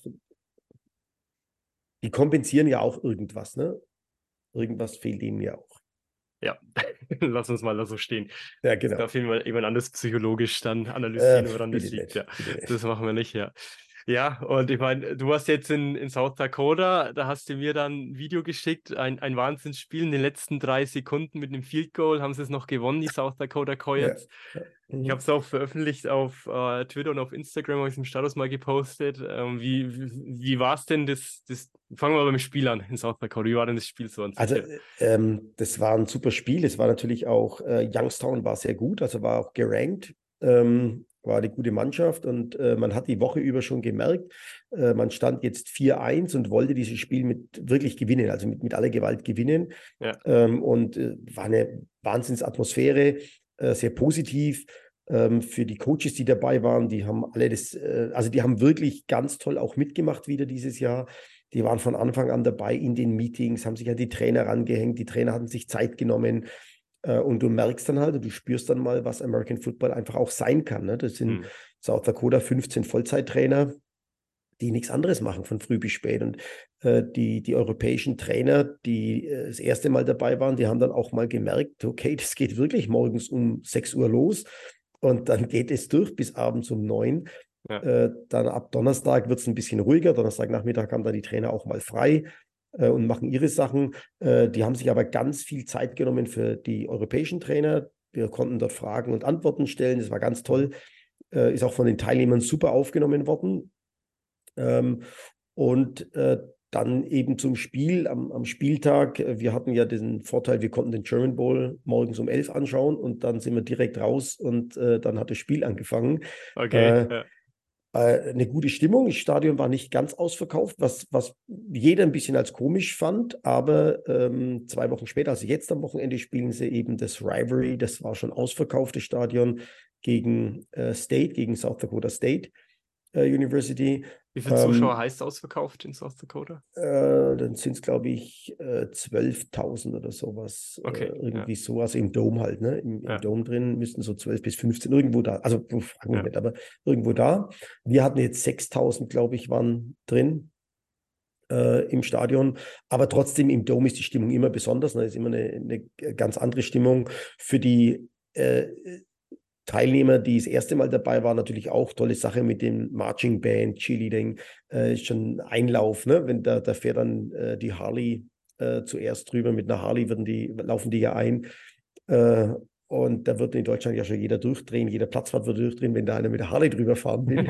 die kompensieren ja auch irgendwas, ne? Irgendwas fehlt ihnen ja auch. Ja, lass uns mal da so stehen. Ja, genau. Da fehlen wir jemand anderes psychologisch dann analysieren, woran das liegt. Ja, das machen wir nicht, ja. Ja, und ich meine, du warst jetzt in South Dakota, da hast du mir dann ein Video geschickt, ein Wahnsinnsspiel in den letzten 3 Sekunden mit einem Field Goal, haben sie es noch gewonnen, die South Dakota Coyotes. Ich habe es auch veröffentlicht auf Twitter und auf Instagram, habe ich es im Status mal gepostet. Wie war es denn, fangen wir beim Spiel an in South Dakota, wie war denn das Spiel so an sich? Also das war ein super Spiel, es war natürlich auch, Youngstown war sehr gut, also war auch gerankt, war eine gute Mannschaft und man hat die Woche über schon gemerkt, man stand jetzt 4-1 und wollte dieses Spiel wirklich gewinnen, also mit aller Gewalt gewinnen. Ja. War eine Wahnsinnsatmosphäre, sehr positiv für die Coaches, die dabei waren. Die haben alle die haben wirklich ganz toll auch mitgemacht wieder dieses Jahr. Die waren von Anfang an dabei in den Meetings, haben sich an die Trainer rangehängt. Die Trainer hatten sich Zeit genommen. Und du merkst dann halt, du spürst dann mal, was American Football einfach auch sein kann. Ne? Das sind South Dakota 15 Vollzeittrainer, die nichts anderes machen von früh bis spät. Und die europäischen Trainer, die das erste Mal dabei waren, die haben dann auch mal gemerkt, okay, das geht wirklich morgens um 6 Uhr los und dann geht es durch bis abends um 9. Ja. Dann ab Donnerstag wird es ein bisschen ruhiger. Donnerstagnachmittag haben dann die Trainer auch mal frei und machen ihre Sachen. Die haben sich aber ganz viel Zeit genommen für die europäischen Trainer. Wir konnten dort Fragen und Antworten stellen. Das war ganz toll. Ist auch von den Teilnehmern super aufgenommen worden. Dann eben zum Spiel am Spieltag. Wir hatten ja den Vorteil, wir konnten den German Bowl morgens um 11 anschauen und dann sind wir direkt raus und dann hat das Spiel angefangen. Okay. Eine gute Stimmung. Das Stadion war nicht ganz ausverkauft, was jeder ein bisschen als komisch fand. Aber 2 Wochen später, also jetzt am Wochenende, spielen sie eben das Rivalry. Das war schon ausverkauftes Stadion gegen State, gegen South Dakota State University. Wie viele Zuschauer heißt ausverkauft in South Dakota? Dann sind es, glaube ich, 12.000 oder sowas. Okay, irgendwie so, also im Dome halt, ne? Im Ja. Dome drin müssten so 12 bis 15 irgendwo da. Also, frag mich Ja. nicht, aber irgendwo da. Wir hatten jetzt 6.000, glaube ich, waren drin im Stadion. Aber trotzdem im Dome ist die Stimmung immer besonders. Ne? Ist immer eine ganz andere Stimmung. Für die Teilnehmer, die das erste Mal dabei waren, natürlich auch tolle Sache mit dem Marching Band, Cheerleading, ist schon Einlauf, ne? Wenn da fährt dann die Harley zuerst drüber, mit einer Harley laufen die ja ein. Und da wird in Deutschland ja schon jeder durchdrehen, jeder Platzwart wird durchdrehen, wenn da einer mit der Harley drüber fahren will.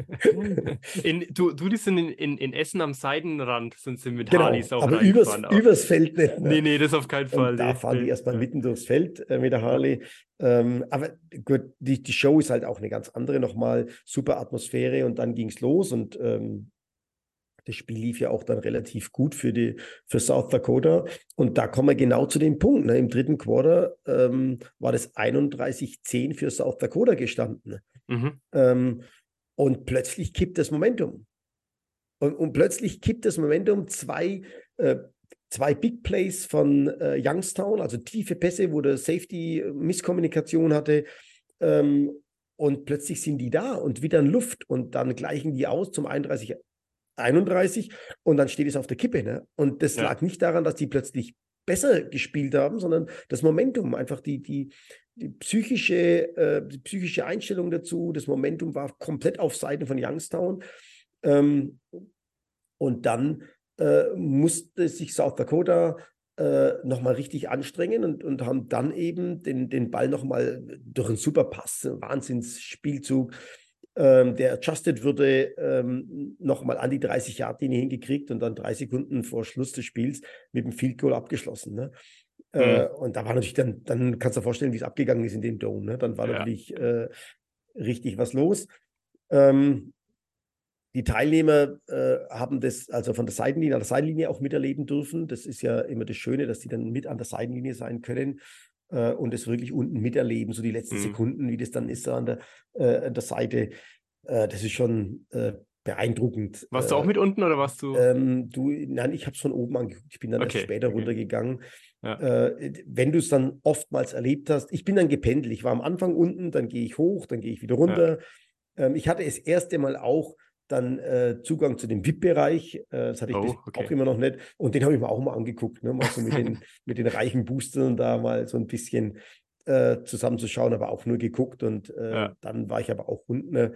Die sind in Essen am Seidenrand, sind sie mit Genau, Harleys auch aber reingefahren. übers Feld nicht. Ne? Nee, das auf keinen Fall. Und da fahren die erstmal Ja. mitten durchs Feld mit der Harley. Aber gut, die Show ist halt auch eine ganz andere nochmal. Super Atmosphäre und dann ging es los und das Spiel lief ja auch dann relativ gut für South Dakota. Und da kommen wir genau zu dem Punkt. Ne? Im dritten Quarter war das 31-10 für South Dakota gestanden. Mhm. Und plötzlich kippt das Momentum. Und plötzlich kippt das Momentum. Zwei Big Plays von Youngstown, also tiefe Pässe, wo der Safety Misskommunikation hatte. Und plötzlich sind die da und wieder in Luft. Und dann gleichen die aus zum 31 und dann steht es auf der Kippe. Ne? Und das lag nicht daran, dass die plötzlich besser gespielt haben, sondern das Momentum, einfach die psychische Einstellung dazu, das Momentum war komplett auf Seiten von Youngstown. Und dann musste sich South Dakota nochmal richtig anstrengen und haben dann eben den Ball nochmal durch einen Superpass, Wahnsinnsspielzug, der adjusted wurde, nochmal an die 30-Yard-Linie hingekriegt und dann 3 Sekunden vor Schluss des Spiels mit dem Field Goal abgeschlossen. Ne? Und da war natürlich dann kannst du dir vorstellen, wie es abgegangen ist in dem Dome. Ne? Dann war natürlich richtig was los. Die Teilnehmer haben das also von der Seitenlinie auch miterleben dürfen. Das ist ja immer das Schöne, dass die dann mit an der Seitenlinie sein können und es wirklich unten miterleben, so die letzten Sekunden, wie das dann ist an der Seite. Das ist schon beeindruckend. Warst du auch mit unten oder warst du? Nein, ich habe es von oben angeguckt. Ich bin dann erst später runtergegangen. Ja. Wenn du es dann oftmals erlebt hast, ich bin dann gependelt. Ich war am Anfang unten, dann gehe ich hoch, dann gehe ich wieder runter. Ja. Ich hatte das erste Mal auch dann Zugang zu dem VIP-Bereich. Das hatte ich auch immer noch nicht. Und den habe ich mir auch mal angeguckt, ne? Mal so mit den reichen Boostern da mal so ein bisschen zusammenzuschauen, aber auch nur geguckt. Und dann war ich aber auch unten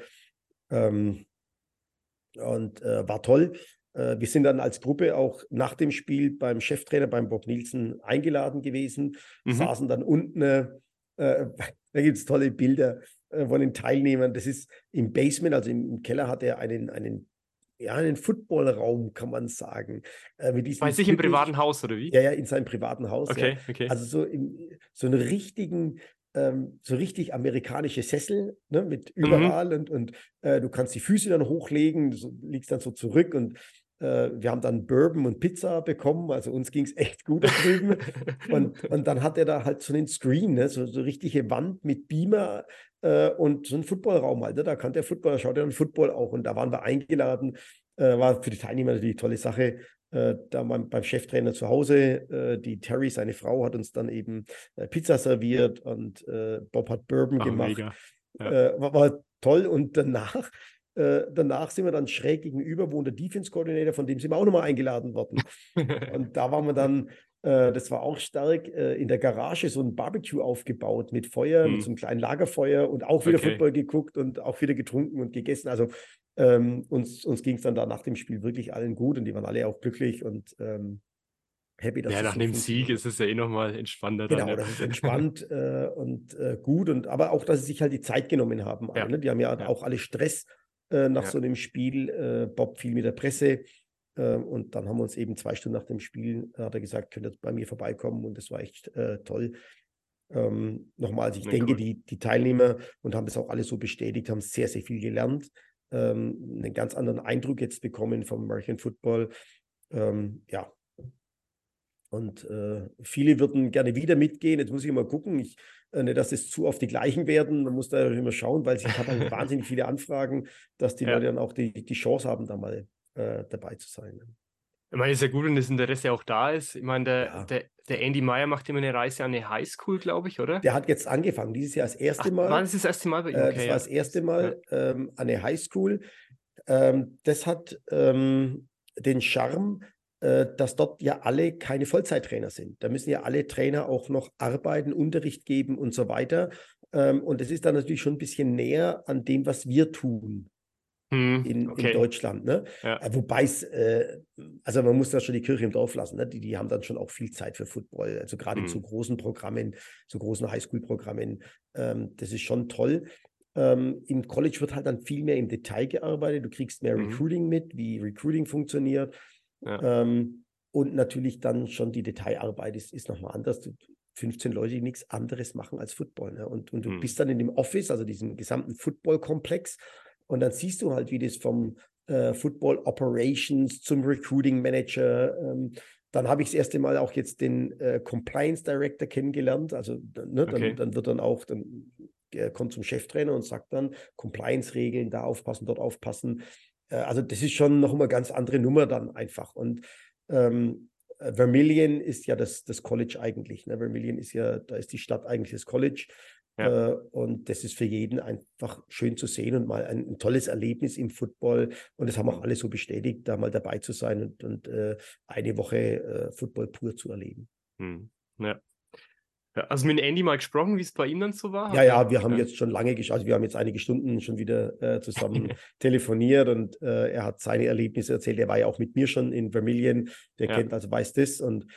und war toll. Wir sind dann als Gruppe auch nach dem Spiel beim Cheftrainer, beim Bob Nielsen, eingeladen gewesen, saßen dann unten. Da gibt es tolle Bilder von den Teilnehmern. Das ist im Basement, also im Keller hat er einen Footballraum, kann man sagen. Bei sich im privaten Haus, oder wie? Ja, in seinem privaten Haus. Okay. Also so einen richtigen, so richtig amerikanische Sessel, ne, mit überall und du kannst die Füße dann hochlegen, du liegst dann so zurück und wir haben dann Bourbon und Pizza bekommen, also uns ging es echt gut da drüben. und dann hat er da halt so einen Screen, ne, so richtige Wand mit Beamer und so einen Footballraum halt. Ne, da kann der Footballer, schaut er dann Football auch und da waren wir eingeladen. War für die Teilnehmer natürlich eine tolle Sache. Da beim Cheftrainer zu Hause, die Terry, seine Frau, hat uns dann eben Pizza serviert und Bob hat Bourbon gemacht. Ja. War toll und danach sind wir dann schräg gegenüber, wo der Defense Coordinator, von dem sind wir auch nochmal eingeladen worden. Und da waren wir dann, das war auch stark, in der Garage so ein Barbecue aufgebaut mit Feuer, mit so einem kleinen Lagerfeuer und auch wieder Football geguckt und auch wieder getrunken und gegessen. Also uns ging es dann da nach dem Spiel wirklich allen gut und die waren alle auch glücklich und happy, dass ja, das nach dem Sieg ist es ja eh nochmal entspannter. Genau, dann, das ist entspannt und gut. Aber auch, dass sie sich halt die Zeit genommen haben. Alle, ne? Die haben ja auch alle Stress nach so einem Spiel. Bob viel mit der Presse. Und dann haben wir uns eben 2 Stunden nach dem Spiel, hat er gesagt, könnt ihr bei mir vorbeikommen. Und das war echt toll. Nochmal, also ich denke, die Teilnehmer und haben das auch alle so bestätigt, haben sehr, sehr viel gelernt. einen ganz anderen Eindruck jetzt bekommen vom American Football. Ja. Und viele würden gerne wieder mitgehen. Jetzt muss ich mal gucken, nicht, dass es zu oft die gleichen werden. Man muss da immer schauen, weil ich habe halt wahnsinnig viele Anfragen, dass die Leute dann auch die Chance haben, da mal dabei zu sein. Ich meine, es ist ja gut, wenn das Interesse auch da ist. Ich meine, Ja. der Andy Meyer macht immer eine Reise an eine Highschool, glaube ich, oder? Der hat jetzt angefangen, dieses Jahr das erste Mal. War das das erste Mal bei ihm? Okay, das war das erste Mal an eine Highschool. Das hat den Charme, dass dort ja alle keine Vollzeittrainer sind. Da müssen ja alle Trainer auch noch arbeiten, Unterricht geben und so weiter. Und das ist dann natürlich schon ein bisschen näher an dem, was wir tun in Deutschland. Ne? Ja. Wobei es, also man muss da schon die Kirche im Dorf lassen. Ne? Die haben dann schon auch viel Zeit für Football. Also gerade in so großen Programmen, so großen Highschool-Programmen. Das ist schon toll. Im College wird halt dann viel mehr im Detail gearbeitet. Du kriegst mehr Recruiting mit, wie Recruiting funktioniert. Ja. Und natürlich dann schon die Detailarbeit ist nochmal anders. 15 Leute, die nichts anderes machen als Football. Ne? Und du bist dann in dem Office, also diesem gesamten Football-Komplex. Und dann siehst du halt, wie das vom Football Operations zum Recruiting Manager. Dann habe ich das erste Mal auch jetzt den Compliance Director kennengelernt. Also ne, dann wird dann auch, er kommt zum Cheftrainer und sagt dann, Compliance-Regeln, da aufpassen, dort aufpassen. Also das ist schon noch eine ganz andere Nummer dann einfach. Und Vermilion ist ja das College eigentlich. Ne? Vermilion ist ja, da ist die Stadt eigentlich das College. Ja. Und das ist für jeden einfach schön zu sehen und mal ein tolles Erlebnis im Football. Und das haben auch alle so bestätigt, da mal dabei zu sein und eine Woche Football pur zu erleben. Ja. Also mit Andy mal gesprochen, wie es bei ihm dann so war? Ja, wir haben jetzt schon lange geschaut, also wir haben jetzt einige Stunden schon wieder zusammen telefoniert und er hat seine Erlebnisse erzählt. Er war ja auch mit mir schon in Vermilion, der kennt, also weiß das. Und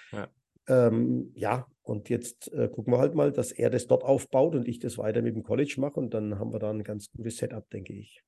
und jetzt gucken wir halt mal, dass er das dort aufbaut und ich das weiter mit dem College mache und dann haben wir da ein ganz gutes Setup, denke ich.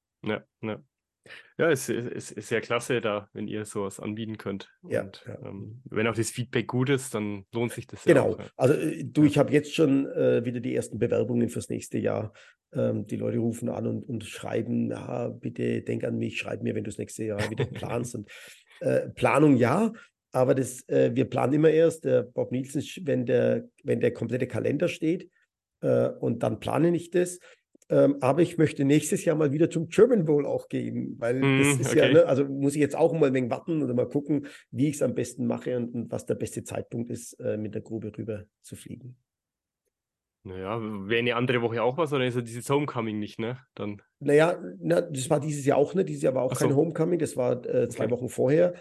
Ja, es ist sehr klasse da, wenn ihr sowas anbieten könnt. Und wenn auch das Feedback gut ist, dann lohnt sich das ja auch. Genau. Also ich habe jetzt schon wieder die ersten Bewerbungen fürs nächste Jahr. Die Leute rufen an und schreiben, ja, bitte denk an mich, schreib mir, wenn du das nächste Jahr wieder planst. Und Planung ja, aber wir planen immer erst, der Bob Nielsen, wenn der komplette Kalender steht und dann plane ich das. Aber ich möchte nächstes Jahr mal wieder zum German Bowl auch gehen, weil das ist ja, ne, also muss ich jetzt auch mal ein wenig warten oder mal gucken, wie ich es am besten mache und was der beste Zeitpunkt ist, mit der Grube rüber zu fliegen. Naja, wäre eine andere Woche auch was, oder ist ja dieses Homecoming nicht, ne? Dann. Naja, das war dieses Jahr auch nicht. Dieses Jahr war auch kein Homecoming, das war 2 Wochen vorher.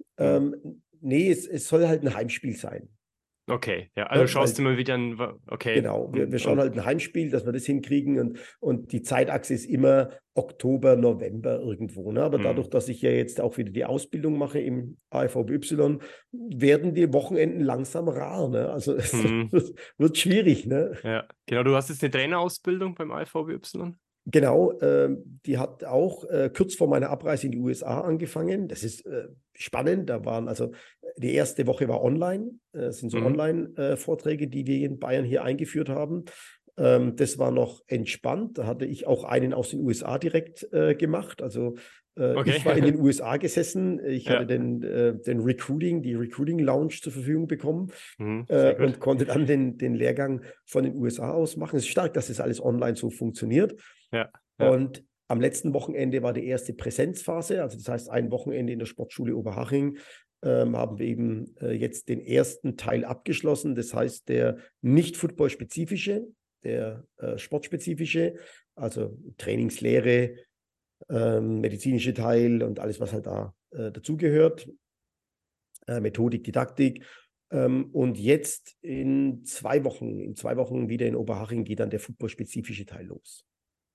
Nee, es soll halt ein Heimspiel sein. Okay, ja, also schaust du mal wieder ein, okay. Genau, wir schauen halt ein Heimspiel, dass wir das hinkriegen und die Zeitachse ist immer Oktober, November irgendwo. Ne? Aber dadurch, dass ich ja jetzt auch wieder die Ausbildung mache im AFVBY, werden die Wochenenden langsam rar. Ne? Also es wird schwierig. Ne? Ja, genau, du hast jetzt eine Trainerausbildung beim AFVBY? Genau, die hat auch kurz vor meiner Abreise in die USA angefangen. Das ist spannend. Da waren also die erste Woche war online. Das sind so Online-Vorträge, die wir in Bayern hier eingeführt haben. Das war noch entspannt. Da hatte ich auch einen aus den USA direkt gemacht. Also ich war in den USA gesessen. Ich hatte die Recruiting Lounge zur Verfügung bekommen und konnte dann den Lehrgang von den USA aus machen. Es ist stark, dass das alles online so funktioniert. Ja. Und am letzten Wochenende war die erste Präsenzphase. Also das heißt, ein Wochenende in der Sportschule Oberhaching haben wir eben jetzt den ersten Teil abgeschlossen. Das heißt, der nicht football-spezifische, der sportspezifische, also Trainingslehre, medizinische Teil und alles, was halt da dazugehört, Methodik, Didaktik. Und jetzt in 2 Wochen wieder in Oberhaching geht dann der footballspezifische Teil los.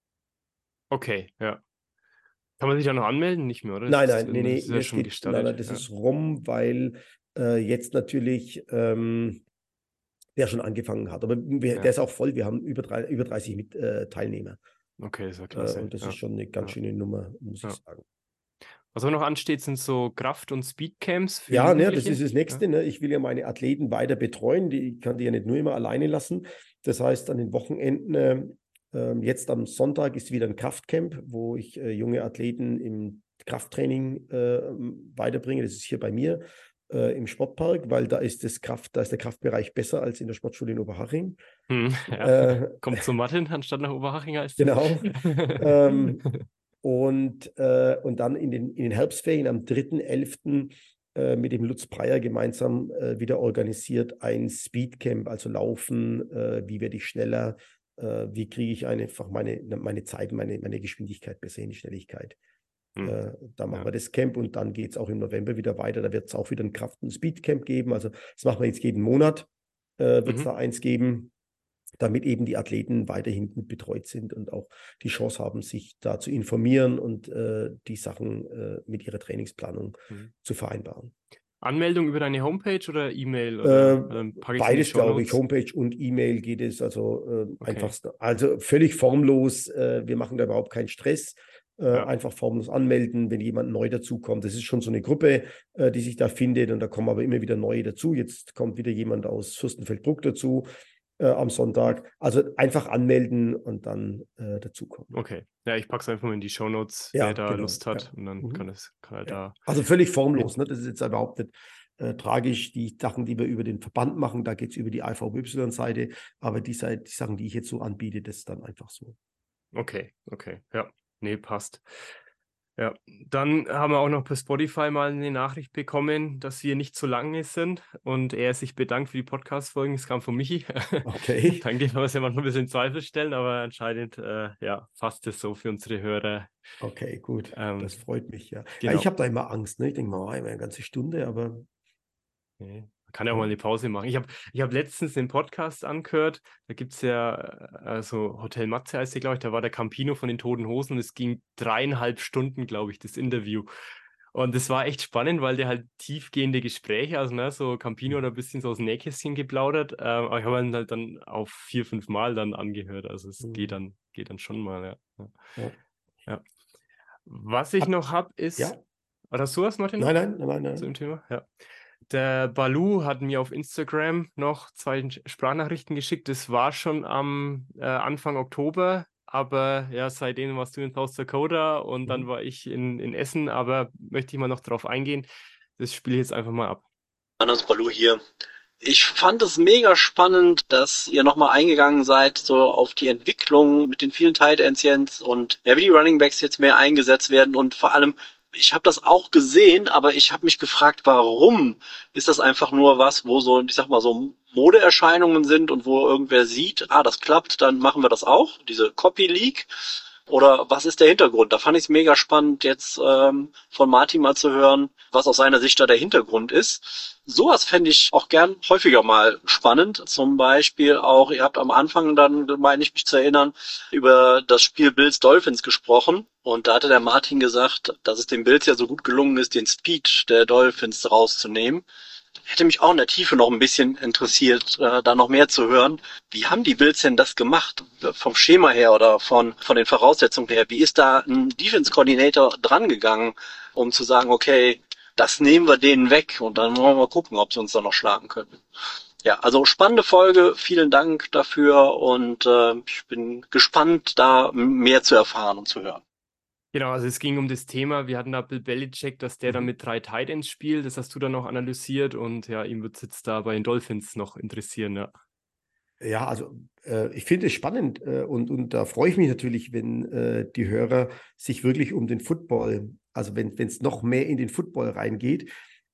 Okay, ja. Kann man sich da noch anmelden? Nicht mehr, oder? Nein, das ist ja schon gestartet. Nein, das ist rum, weil jetzt natürlich der schon angefangen hat. Aber der ist auch voll. Wir haben über 30 Teilnehmer. Okay, das ist ja klasse. Und das ist schon eine ganz schöne Nummer, muss ich sagen. Was auch noch ansteht, sind so Kraft- und Speedcamps für Ja, ne, das ist das Nächste. Ne? Ich will ja meine Athleten weiter betreuen. Ich kann die ja nicht nur immer alleine lassen. Das heißt, an den Wochenenden Jetzt am Sonntag ist wieder ein Kraftcamp, wo ich junge Athleten im Krafttraining weiterbringe. Das ist hier bei mir im Sportpark, weil da ist der Kraftbereich besser als in der Sportschule in Oberhaching. Ja. Kommt zu Martin anstatt nach Oberhaching, heißt es. Genau. Und dann in den Herbstferien am 3.11. Mit dem Lutz Breyer gemeinsam wieder organisiert ein Speedcamp, also Laufen, wie werde ich schneller, wie kriege ich einfach meine Zeit, meine Geschwindigkeit besser in die Schnelligkeit. Da machen wir das Camp und dann geht es auch im November wieder weiter. Da wird es auch wieder ein Kraft- und Speedcamp geben. Also das machen wir jetzt jeden Monat, wird es da eins geben, damit eben die Athleten weiterhin gut betreut sind und auch die Chance haben, sich da zu informieren und die Sachen mit ihrer Trainingsplanung zu vereinbaren. Anmeldung über deine Homepage oder E-Mail? Oder Beides, glaube ich. Homepage und E-Mail geht es. Also einfach, also völlig formlos. Wir machen da überhaupt keinen Stress. Einfach formlos anmelden, wenn jemand neu dazukommt. Das ist schon so eine Gruppe, die sich da findet und da kommen aber immer wieder neue dazu. Jetzt kommt wieder jemand aus Fürstenfeldbruck dazu am Sonntag. Also einfach anmelden und dann dazukommen. Okay. Ja, ich packe es einfach mal in die Shownotes, Ja, wer da genau, Lust hat. ja. Und dann kann er da. Also völlig formlos, ne? Das ist jetzt überhaupt nicht tragisch. Die Sachen, die wir über den Verband machen, da geht es über die IVY-Seite. Aber die Sachen, die ich jetzt so anbiete, das ist dann einfach so. Okay. Ja, nee, passt. Ja, dann haben wir auch noch per Spotify mal eine Nachricht bekommen, dass wir nicht zu lange sind und er sich bedankt für die Podcast-Folgen. Das kam von Michi. Okay. Danke, was wir manchmal ein bisschen in Zweifel stellen, aber anscheinend passt es so für unsere Hörer. Okay, gut. Das freut mich, ja. Genau. Ja, ich habe da immer Angst, ne? Ich denke mal, eine ganze Stunde, aber. Nee. Man kann ja auch mal eine Pause machen. Ich hab letztens den Podcast angehört, da gibt es ja so Hotel Matze heißt der, glaube ich, da war der Campino von den Toten Hosen und es ging 3,5 Stunden, glaube ich, das Interview. Und das war echt spannend, weil der halt tiefgehende Gespräche, also ne, so Campino hat ein bisschen so aus dem Nähkästchen geplaudert, aber ich habe ihn halt dann auf 4, 5 Mal dann angehört, also es geht dann schon mal, ja. Was ich noch habe ist, Ja. oder hast du was, Martin? Nein. Zu dem Thema? Ja. Der Balu hat mir auf Instagram noch 2 Sprachnachrichten geschickt. Das war schon am Anfang Oktober, aber ja, seitdem warst du in South Dakota und dann war ich in Essen, aber möchte ich mal noch drauf eingehen. Das spiele ich jetzt einfach mal ab. Anders Balu hier. Ich fand es mega spannend, dass ihr nochmal eingegangen seid, so auf die Entwicklung mit den vielen Tight Ends jetzt und wie die Running Backs jetzt mehr eingesetzt werden und vor allem, ich habe das auch gesehen, aber ich habe mich gefragt, warum ist das einfach nur was, wo so, ich sag mal, so Modeerscheinungen sind und wo irgendwer sieht, das klappt, dann machen wir das auch, diese Copy League. Oder was ist der Hintergrund? Da fand ich es mega spannend, jetzt von Martin mal zu hören, was aus seiner Sicht da der Hintergrund ist. Sowas fände ich auch gern häufiger mal spannend. Zum Beispiel auch, ihr habt am Anfang dann, meine ich mich zu erinnern, über das Spiel Bills Dolphins gesprochen. Und da hatte der Martin gesagt, dass es den Bills ja so gut gelungen ist, den Speed der Dolphins rauszunehmen. Hätte mich auch in der Tiefe noch ein bisschen interessiert, da noch mehr zu hören. Wie haben die Bills denn das gemacht? Vom Schema her oder von den Voraussetzungen her? Wie ist da ein Defense Coordinator dran gegangen, um zu sagen, okay, das nehmen wir denen weg und dann wollen wir mal gucken, ob sie uns da noch schlagen können. Ja, also spannende Folge. Vielen Dank dafür und ich bin gespannt, da mehr zu erfahren und zu hören. Genau, also es ging um das Thema, wir hatten da Bill Belichick, dass der dann mit 3 Tight Ends spielt, das hast du dann noch analysiert und ja, ihm wird es jetzt da bei den Dolphins noch interessieren, ja. Ja, also ich finde es spannend und da freue ich mich natürlich, wenn die Hörer sich wirklich um den Football, also wenn es noch mehr in den Football reingeht.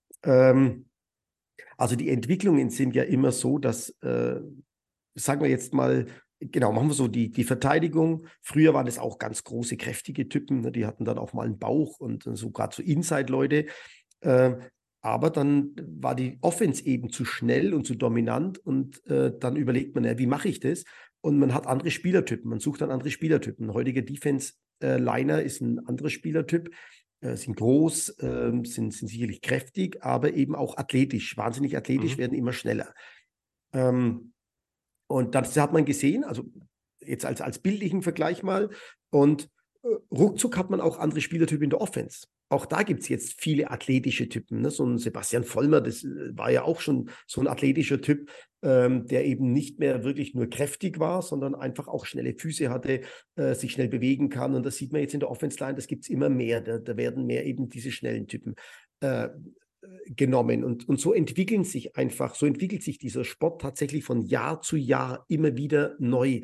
Also die Entwicklungen sind ja immer so, dass, sagen wir jetzt mal, genau, machen wir so die Verteidigung. Früher waren es auch ganz große, kräftige Typen, ne? Die hatten dann auch mal einen Bauch und so gerade so Inside-Leute. Aber dann war die Offense eben zu schnell und zu dominant und dann überlegt man, ja, wie mache ich das? Und man hat andere Spielertypen, man sucht dann andere Spielertypen. Ein heutiger Defense-Liner ist ein anderer Spielertyp, sind groß, sind sicherlich kräftig, aber eben auch athletisch, wahnsinnig athletisch, werden immer schneller. Und das hat man gesehen, also jetzt als bildlichen Vergleich mal. Und ruckzuck hat man auch andere Spielertypen in der Offense. Auch da gibt es jetzt viele athletische Typen. Ne? So ein Sebastian Vollmer, das war ja auch schon so ein athletischer Typ. der eben nicht mehr wirklich nur kräftig war, sondern einfach auch schnelle Füße hatte, sich schnell bewegen kann. Und das sieht man jetzt in der Offense Line, das gibt es immer mehr. Da werden mehr eben diese schnellen Typen genommen. Und so entwickelt sich dieser Sport tatsächlich von Jahr zu Jahr immer wieder neu.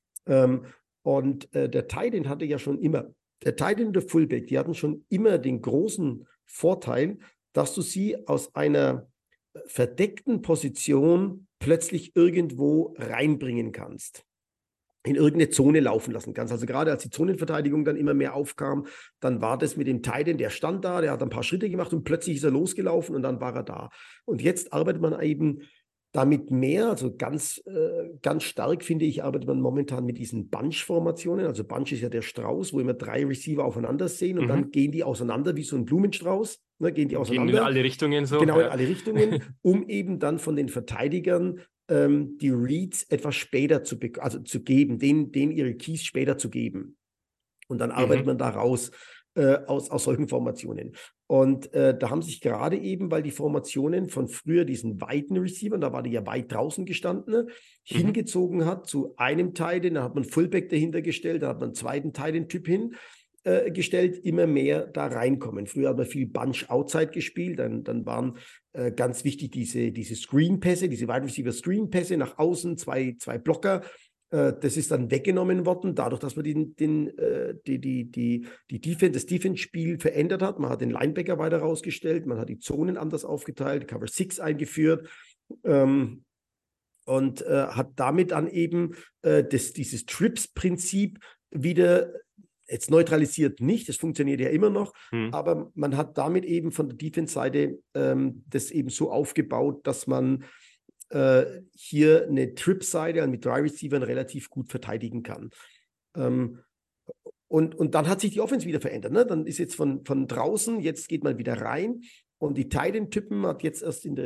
Der Tight End hatte ja schon immer, der Tight End und der Fullback, die hatten schon immer den großen Vorteil, dass du sie aus einer verdeckten Position plötzlich irgendwo reinbringen kannst, in irgendeine Zone laufen lassen kannst. Also gerade als die Zonenverteidigung dann immer mehr aufkam, dann war das mit dem Tight End, der stand da, der hat ein paar Schritte gemacht und plötzlich ist er losgelaufen und dann war er da. Und jetzt arbeitet man eben damit mehr, also ganz stark, finde ich, arbeitet man momentan mit diesen Bunch-Formationen. Also Bunch ist ja der Strauß, wo immer 3 Receiver aufeinander sehen und dann gehen die auseinander wie so ein Blumenstrauß. Ne, gehen die auseinander. Gehen in alle Richtungen so. Genau, in alle Richtungen, um eben dann von den Verteidigern die Reads etwas später zu geben, denen ihre Keys später zu geben. Und dann arbeitet man da raus aus solchen Formationen. Und da haben sich gerade eben, weil die Formationen von früher diesen weiten Receivern, da war die ja weit draußen gestanden, hingezogen hat zu einem Tight End, da hat man Fullback dahinter gestellt, da hat man einen zweiten Tight End-Typ hingestellt, immer mehr da reinkommen. Früher hat man viel Bunch Outside gespielt, dann waren ganz wichtig diese Screen-Pässe, diese Wide Receiver Screen-Pässe nach außen, zwei Blocker. Das ist dann weggenommen worden, dadurch, dass man das Defense-Spiel verändert hat. Man hat den Linebacker weiter rausgestellt, man hat die Zonen anders aufgeteilt, Cover 6 eingeführt und hat damit dann eben dieses Trips-Prinzip wieder jetzt neutralisiert nicht, das funktioniert ja immer noch, aber man hat damit eben von der Defense-Seite das eben so aufgebaut, dass man hier eine Trip-Seite mit 3 Receivern relativ gut verteidigen kann. Und dann hat sich die Offense wieder verändert. Ne? Dann ist jetzt von draußen, jetzt geht man wieder rein. Und die Tight End-Typen hat jetzt erst in der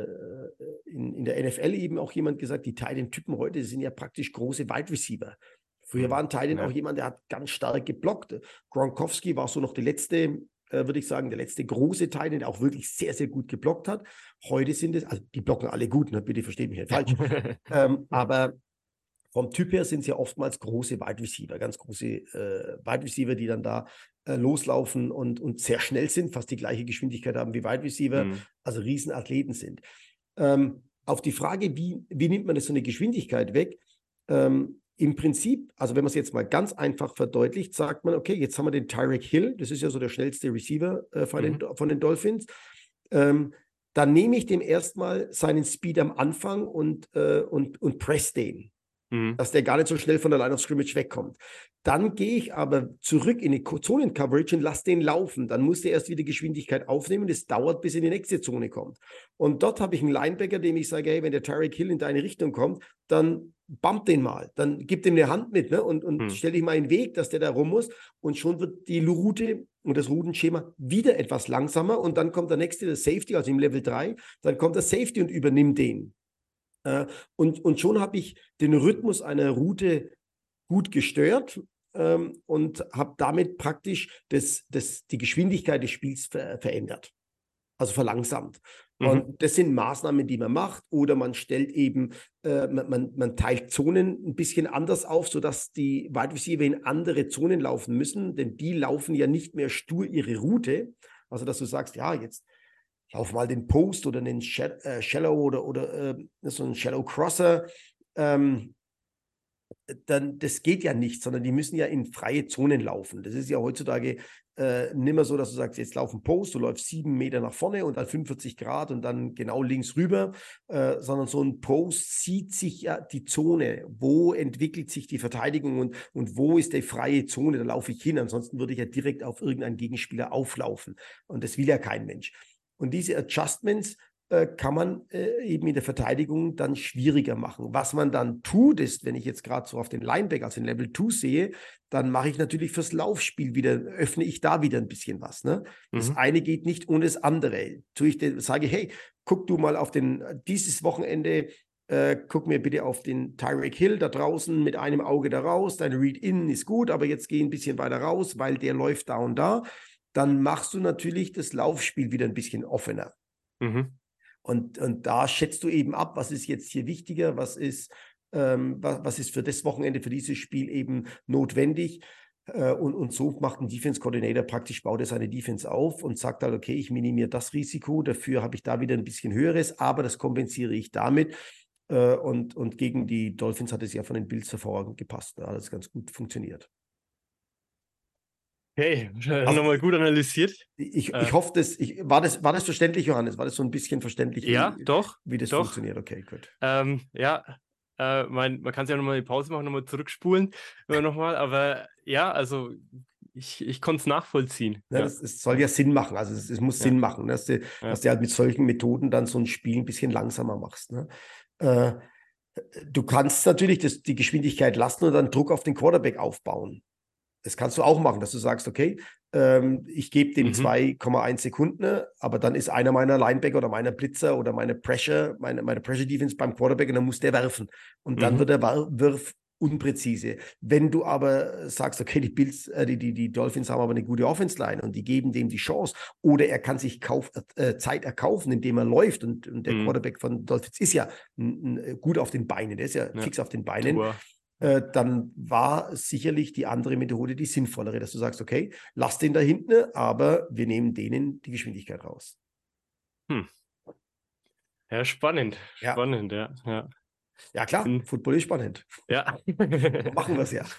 NFL eben auch jemand gesagt, die Tight End-Typen heute sind ja praktisch große Wide Receiver. Früher war ein Tight End auch jemand, der hat ganz stark geblockt. Gronkowski war so noch der letzte große Tight End, der auch wirklich sehr, sehr gut geblockt hat. Heute sind es, also die blocken alle gut, ne? Bitte versteht mich nicht falsch. Aber vom Typ her sind es ja oftmals große Wide Receiver, ganz große Wide Receiver, die dann da loslaufen und sehr schnell sind, fast die gleiche Geschwindigkeit haben wie Wide Receiver, also Riesenathleten sind. Auf die Frage, wie nimmt man das so eine Geschwindigkeit weg? Im Prinzip, also wenn man es jetzt mal ganz einfach verdeutlicht, sagt man, okay, jetzt haben wir den Tyreek Hill, das ist ja so der schnellste Receiver von den Dolphins. Dann nehme ich dem erstmal seinen Speed am Anfang und press den, dass der gar nicht so schnell von der Line of Scrimmage wegkommt. Dann gehe ich aber zurück in die Zonen-Coverage und lasse den laufen. Dann muss der erst wieder Geschwindigkeit aufnehmen. Das dauert, bis er in die nächste Zone kommt. Und dort habe ich einen Linebacker, dem ich sage, hey, wenn der Tyreek Hill in deine Richtung kommt, dann bump den mal. Dann gib dem eine Hand mit, ne? und stell dich mal in den Weg, dass der da rum muss. Und schon wird die Route und das Routenschema wieder etwas langsamer. Und dann kommt der nächste, der Safety, also im Level 3. Dann kommt der Safety und übernimmt den. Und schon habe ich den Rhythmus einer Route gut gestört und habe damit praktisch die Geschwindigkeit des Spiels verändert, also verlangsamt. Und das sind Maßnahmen, die man macht, oder man stellt eben, man teilt Zonen ein bisschen anders auf, sodass die Wide Receiver in andere Zonen laufen müssen, denn die laufen ja nicht mehr stur ihre Route, also dass du sagst, ja, jetzt lauf mal den Post oder den Shallow oder so einen Shallow Crosser, dann das geht ja nicht, sondern die müssen ja in freie Zonen laufen. Das ist ja heutzutage nicht mehr so, dass du sagst, jetzt lauf ein Post, du läufst 7 Meter nach vorne und dann 45 Grad und dann genau links rüber, sondern so ein Post sieht sich ja die Zone, wo entwickelt sich die Verteidigung und wo ist die freie Zone, da laufe ich hin, ansonsten würde ich ja direkt auf irgendeinen Gegenspieler auflaufen und das will ja kein Mensch. Und diese Adjustments kann man eben in der Verteidigung dann schwieriger machen. Was man dann tut, ist, wenn ich jetzt gerade so auf den Linebacker, also den Level 2 sehe, dann mache ich natürlich fürs Laufspiel wieder, öffne ich da wieder ein bisschen was. Ne? Das eine geht nicht ohne das andere. Sage ich, hey, guck du mal auf dieses Wochenende, guck mir bitte auf den Tyreek Hill da draußen mit einem Auge da raus, dein Read-In ist gut, aber jetzt geh ein bisschen weiter raus, weil der läuft da und da. Dann machst du natürlich das Laufspiel wieder ein bisschen offener. Und da schätzt du eben ab, was ist jetzt hier wichtiger, was ist für das Wochenende, für dieses Spiel eben notwendig. Und so macht ein Defense Coordinator praktisch, baut er seine Defense auf und sagt halt, okay, ich minimiere das Risiko, dafür habe ich da wieder ein bisschen höheres, aber das kompensiere ich damit. Und gegen die Dolphins hat es ja von den Bills hervorragend gepasst. Da hat es ganz gut funktioniert. Okay, Also, nochmal gut analysiert. Ich hoffe, war das verständlich, Johannes? War das so ein bisschen verständlich, Ja, doch, wie das doch. funktioniert? Okay, gut. Ja, man kann sich ja nochmal die Pause machen, nochmal zurückspulen, nochmal, aber ja, also ich konnte es nachvollziehen. Ja, Ja. es soll ja Sinn machen, also es muss Sinn machen, dass du halt mit solchen Methoden dann so ein Spiel ein bisschen langsamer machst. Ne? Du kannst natürlich die Geschwindigkeit lassen und dann Druck auf den Quarterback aufbauen. Das kannst du auch machen, dass du sagst, okay, ich gebe dem 2,1 Sekunden, aber dann ist einer meiner Linebacker oder meiner Blitzer oder meine Pressure Defense beim Quarterback und dann muss der werfen. Und dann wird der Wurf unpräzise. Wenn du aber sagst, okay, die Dolphins haben aber eine gute Offense-Line und die geben dem die Chance oder er kann sich Zeit erkaufen, indem er läuft und der Quarterback von Dolphins ist ja gut auf den Beinen, der ist ja fix auf den Beinen. Dann war sicherlich die andere Methode die sinnvollere, dass du sagst, okay, lass den da hinten, aber wir nehmen denen die Geschwindigkeit raus. Ja, spannend. Spannend, ja. Ja klar, Football ist spannend. Ja. Machen wir es ja.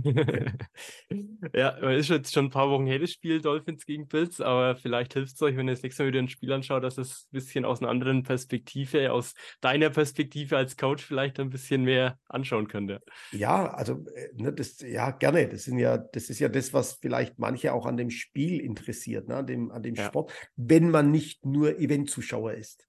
Ja, ist jetzt schon ein paar Wochen her, das Spiel Dolphins gegen Bills, aber vielleicht hilft es euch, wenn ihr das nächste Mal wieder ein Spiel anschaut, dass es ein bisschen aus einer anderen Perspektive, aus deiner Perspektive als Coach vielleicht ein bisschen mehr anschauen könnt. Ja, also gerne. Das ist ja das, was vielleicht manche auch an dem Spiel interessiert, ne? An dem Sport, wenn man nicht nur Eventzuschauer ist.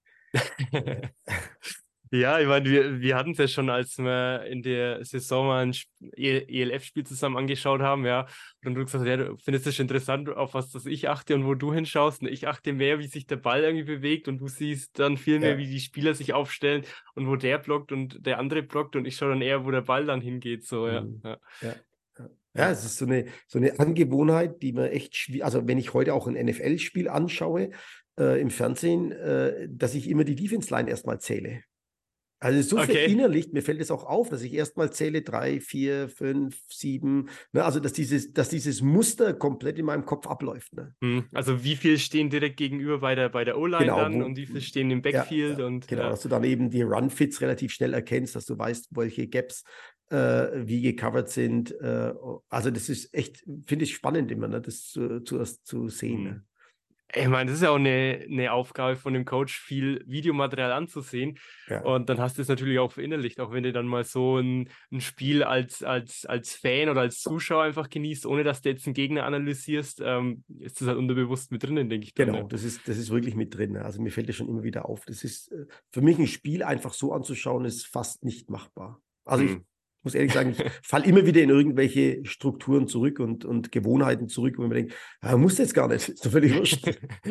Ja, ich meine, wir hatten es ja schon, als wir in der Saison mal ein ELF-Spiel zusammen angeschaut haben, ja. Und du gesagt hast, ja, du findest es interessant, auf was das ich achte und wo du hinschaust. Und ich achte mehr, wie sich der Ball irgendwie bewegt und du siehst dann viel mehr, wie die Spieler sich aufstellen und wo der blockt und der andere blockt und ich schaue dann eher, wo der Ball dann hingeht. So, ja. Ja, es ist so eine Angewohnheit, die man echt schwierig, also wenn ich heute auch ein NFL-Spiel anschaue im Fernsehen, dass ich immer die Defense-Line erstmal zähle. Also so verinnerlicht, mir fällt es auch auf, dass ich erstmal zähle 3, 4, 5, 7, ne? Also dass dieses Muster komplett in meinem Kopf abläuft. Ne? Also wie viel stehen direkt gegenüber bei der O-Line dann und wie viel stehen im Backfield? Genau, dass du dann eben die Run-Fits relativ schnell erkennst, dass du weißt, welche Gaps wie gecovert sind. Also das ist echt, finde ich spannend immer, ne? Das zu sehen. Ne? Ich meine, das ist ja auch eine Aufgabe von dem Coach, viel Videomaterial anzusehen. Ja. Und dann hast du es natürlich auch verinnerlicht, auch wenn du dann mal so ein Spiel als Fan oder als Zuschauer einfach genießt, ohne dass du jetzt einen Gegner analysierst, ist das halt unterbewusst mit drinnen, denke ich. Dann, genau, das ist wirklich mit drin. Also mir fällt das schon immer wieder auf. Das ist für mich ein Spiel einfach so anzuschauen, ist fast nicht machbar. Also ich muss ehrlich sagen, ich falle immer wieder in irgendwelche Strukturen zurück und Gewohnheiten zurück, wo man denkt, muss jetzt gar nicht, ist doch völlig wurscht.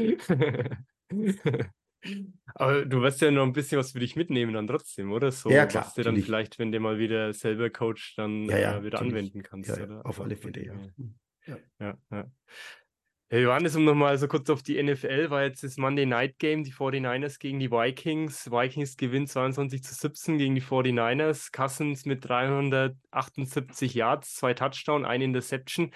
Aber du wirst ja noch ein bisschen was für dich mitnehmen dann trotzdem, oder? So, ja, klar. Was du dann vielleicht, wenn du mal wieder selber Coach, dann wieder natürlich. anwenden kannst. Ja, oder? auf alle Fälle, ja. Hey Johannes, um nochmal so kurz auf die NFL, war jetzt das Monday Night Game, die 49ers gegen die Vikings. Vikings gewinnt 22-17 gegen die 49ers. Cousins mit 378 Yards, 2 Touchdown, 1 Interception.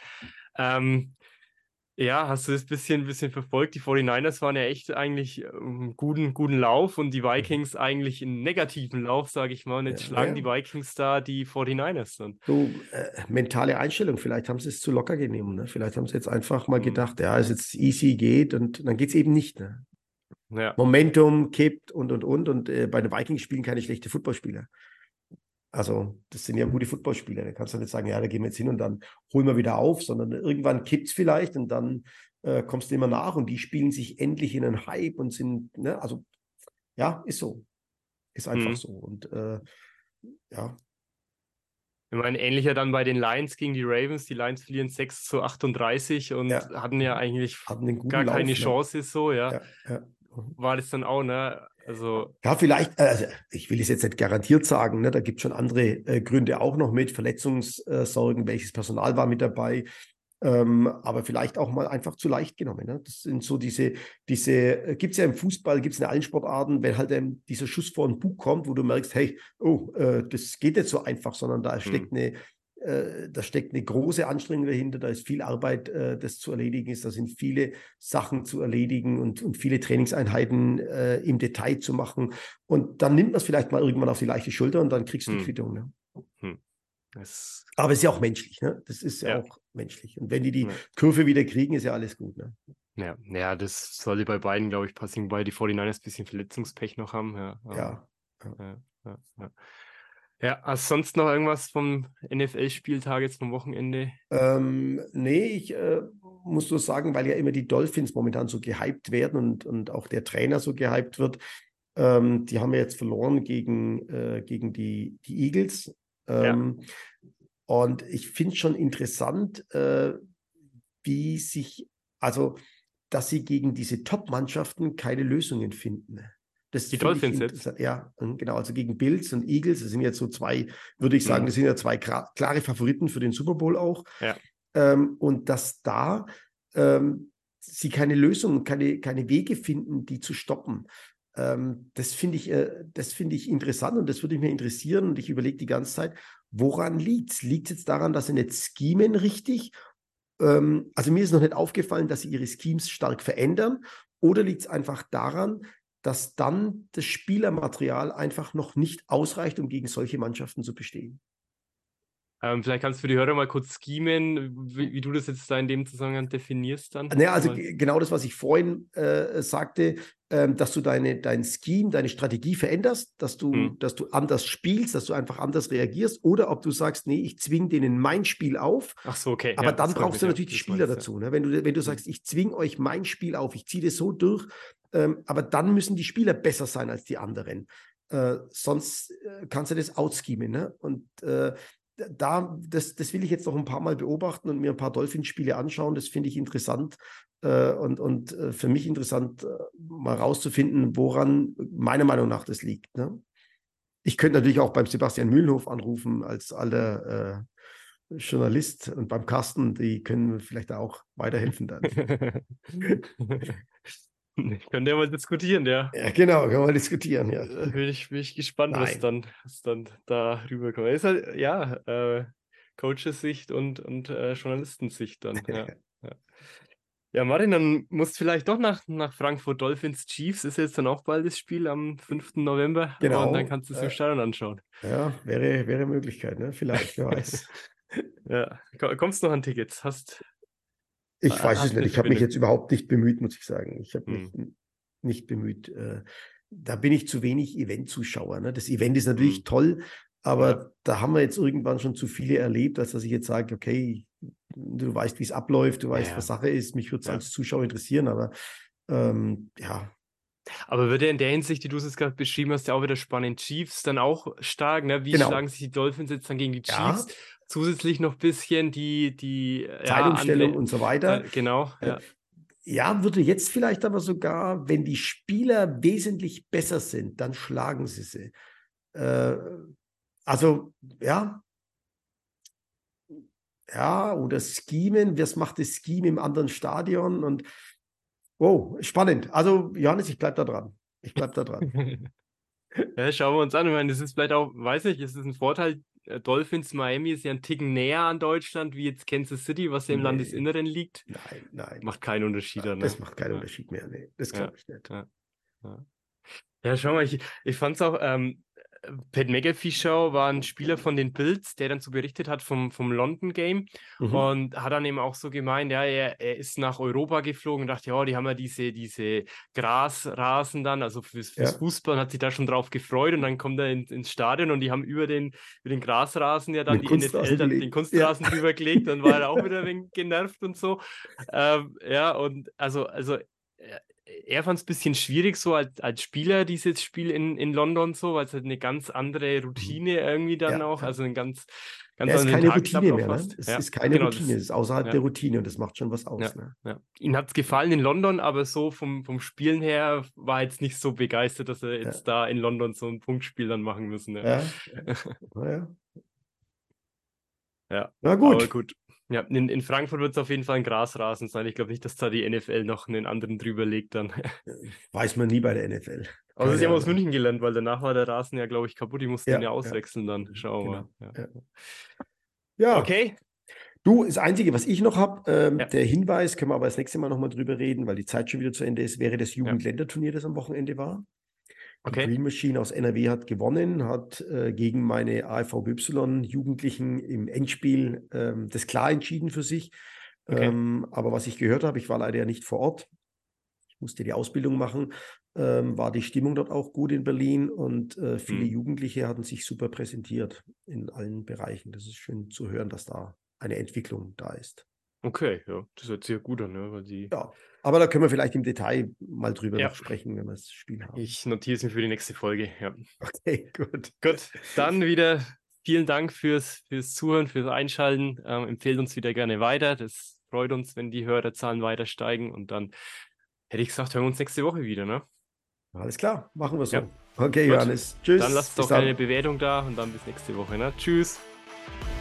Ja, hast du das bisschen verfolgt? Die 49ers waren ja echt eigentlich einen guten Lauf und die Vikings eigentlich einen negativen Lauf, sage ich mal. Und jetzt schlagen die Vikings da die 49ers dann. So, mentale Einstellung. Vielleicht haben sie es zu locker genommen. Ne? Vielleicht haben sie jetzt einfach mal gedacht, ja, es jetzt easy geht und dann geht es eben nicht. Ne? Ja. Momentum kippt und. Und bei den Vikings spielen keine schlechten Footballspieler. Also, das sind ja gute Footballspieler. Da kannst du nicht sagen, ja, da gehen wir jetzt hin und dann holen wir wieder auf, sondern irgendwann kippt es vielleicht und dann kommst du immer nach und die spielen sich endlich in einen Hype und sind, ne, also, ja, ist so. Ist einfach so. Und ja. Ich meine, ähnlicher dann bei den Lions gegen die Ravens. Die Lions verlieren 6-38 und hatten ja eigentlich gar keine Chance, so, ja. War das dann auch, ne? Also ja, vielleicht, also ich will es jetzt nicht garantiert sagen, ne? Da gibt es schon andere Gründe auch noch mit, Verletzungssorgen, welches Personal war mit dabei. Aber vielleicht auch mal einfach zu leicht genommen. Ne? Das sind so diese gibt es ja im Fußball, gibt es in allen Sportarten, wenn halt dieser Schuss vor den Bug kommt, wo du merkst, hey, oh, das geht nicht so einfach, sondern da steckt eine große Anstrengung dahinter, da ist viel Arbeit, das zu erledigen ist, da sind viele Sachen zu erledigen und viele Trainingseinheiten im Detail zu machen. Und dann nimmt man es vielleicht mal irgendwann auf die leichte Schulter und dann kriegst du die Quittung. Ne? Aber es ist ja auch menschlich, ne? Das ist ja auch menschlich. Und wenn die Kurve wieder kriegen, ist ja alles gut, ne? Ja, das sollte bei beiden, glaube ich, passieren, weil die 49ers ein bisschen Verletzungspech noch haben. Ja. Hast du sonst noch irgendwas vom NFL-Spieltag jetzt vom Wochenende? Nee, ich muss nur sagen, weil ja immer die Dolphins momentan so gehypt werden und auch der Trainer so gehypt wird. Die haben ja jetzt verloren gegen die Eagles. Und ich finde es schon interessant, dass sie gegen diese Top-Mannschaften keine Lösungen finden. Die Dolphins jetzt? Ja, genau. Also gegen Bills und Eagles, das sind jetzt so zwei, würde ich sagen, das sind ja zwei klare Favoriten für den Super Bowl auch. Ja. Und dass da sie keine Lösungen, keine Wege finden, die zu stoppen. Das finde ich interessant und das würde mich interessieren. Und ich überlege die ganze Zeit, woran liegt es? Liegt es jetzt daran, dass sie nicht schemen richtig? Also mir ist noch nicht aufgefallen, dass sie ihre Schemes stark verändern. Oder liegt es einfach daran, dass dann das Spielermaterial einfach noch nicht ausreicht, um gegen solche Mannschaften zu bestehen? Vielleicht kannst du für die Hörer mal kurz schemen, wie du das jetzt da in dem Zusammenhang definierst dann. Naja, also genau das, was ich vorhin sagte, dass du dein Scheme, deine Strategie veränderst, dass du anders spielst, dass du einfach anders reagierst, oder ob du sagst, nee, ich zwinge denen mein Spiel auf. Ach so, okay. Aber dann brauchst du natürlich die Spieler dazu. Ne? Wenn du sagst, ich zwinge euch mein Spiel auf, ich ziehe das so durch, aber dann müssen die Spieler besser sein als die anderen. Sonst kannst du das outschemen. Ne? Und das will ich jetzt noch ein paar Mal beobachten und mir ein paar Dolphins-Spiele anschauen. Das finde ich interessant und für mich interessant, mal rauszufinden, woran meiner Meinung nach das liegt. Ne? Ich könnte natürlich auch beim Sebastian Mühlenhof anrufen als alter Journalist und beim Carsten, die können vielleicht auch weiterhelfen dann. Können wir mal diskutieren, ja. Ja, genau, können wir mal diskutieren, ja. Bin ich gespannt, was dann da rüberkommt. Ist halt, Coaches-Sicht und Journalistensicht dann, ja. Ja, Martin, dann musst du vielleicht doch nach Frankfurt. Dolphins Chiefs ist jetzt dann auch bald das Spiel am 5. November. Genau. Und dann kannst du es im Stadion anschauen. Ja, wäre Möglichkeit, ne? Vielleicht, wer weiß. Ja, kommst du noch an Tickets? Ich weiß es nicht. Ich habe mich jetzt überhaupt nicht bemüht, muss ich sagen. Ich habe mich nicht bemüht. Da bin ich zu wenig Event-Zuschauer. Ne? Das Event ist natürlich toll, aber da haben wir jetzt irgendwann schon zu viele erlebt, als dass ich jetzt sage, okay, du weißt, wie es abläuft, du weißt, was Sache ist. Mich würde es als Zuschauer interessieren, aber ja. Aber wird er in der Hinsicht, die du es jetzt gerade beschrieben hast, ja auch wieder spannend. Chiefs dann auch stark, ne? Wie schlagen sich die Dolphins jetzt dann gegen die Chiefs? Zusätzlich noch ein bisschen die Zeitumstellung und so weiter. Genau, ja. Ja, würde jetzt vielleicht aber sogar, wenn die Spieler wesentlich besser sind, dann schlagen sie sie. Oder schemen. Was macht das Scheme im anderen Stadion? Und wow, spannend. Also, Johannes, ich bleibe da dran. Ja, schauen wir uns an. Ich meine, das ist vielleicht auch, weiß nicht, ist es ein Vorteil? Dolphins Miami ist ja ein Ticken näher an Deutschland, wie jetzt Kansas City, was ja im Landesinneren liegt. Nein. Macht keinen Unterschied. Das macht keinen Unterschied mehr. Nee, das glaube ich nicht. Ja, schau mal, ich fand es auch, Pat McAfee-Show war ein Spieler von den Bills, der dann so berichtet hat vom London Game und hat dann eben auch so gemeint, ja, er ist nach Europa geflogen und dachte, ja, die haben ja diese Grasrasen dann, also fürs Fußball, hat sich da schon drauf gefreut und dann kommt er ins Stadion und die haben über den Grasenrasen ja dann die NFL dann den Kunstrasen drüber gelegt, dann war er auch wieder ein wenig genervt und so. Und also er fand es ein bisschen schwierig, so als Spieler, dieses Spiel in London so, weil es halt eine ganz andere Routine irgendwie dann auch, also ein ganz anderen Tagesablauf. Es ist keine Routine mehr, ne? Es ist keine Routine, es ist außerhalb der Routine und das macht schon was aus. Ne? Ihm hat es gefallen in London, aber so vom Spielen her war er jetzt nicht so begeistert, dass er jetzt da in London so ein Punktspiel dann machen müssen. Ja. Na gut. Aber gut. Ja, in Frankfurt wird es auf jeden Fall ein Grasrasen sein. Ich glaube nicht, dass da die NFL noch einen anderen drüber legt dann. Weiß man nie bei der NFL. Aber sie haben Keine aus Ahnung. München gelernt, weil danach war der Rasen ja, glaube ich, kaputt. Die mussten ihn ja Ja, auswechseln dann. Schauen wir genau. mal. Ja. Ja, Okay. du, das Einzige, was ich noch habe, Ja. der Hinweis, können wir aber das nächste Mal nochmal drüber reden, weil die Zeit schon wieder zu Ende ist, wäre das Jugendländerturnier, das am Wochenende war. Die Okay. Green Machine aus NRW hat gewonnen, hat gegen meine AFVY-Jugendlichen im Endspiel das klar entschieden für sich. Okay. Aber was ich gehört habe, ich war leider ja nicht vor Ort, ich musste die Ausbildung machen, war die Stimmung dort auch gut in Berlin und viele Jugendliche hatten sich super präsentiert in allen Bereichen. Das ist schön zu hören, dass da eine Entwicklung da ist. Okay, ja, das hört sich ja gut an, ne? Weil Ja, aber da können wir vielleicht im Detail mal drüber Ja. noch sprechen, wenn wir das Spiel haben. Ich notiere es mir für die nächste Folge. Ja. Okay, gut. Gut, dann wieder vielen Dank fürs Zuhören, fürs Einschalten. Empfehlt uns wieder gerne weiter. Das freut uns, wenn die Hörerzahlen weiter steigen. Und dann hätte ich gesagt, hören wir uns nächste Woche wieder, ne? Alles klar, machen wir so. Ja. Okay, Gut. Johannes. Tschüss. Dann lasst bis doch eine Bewertung da und dann bis nächste Woche, ne? Tschüss.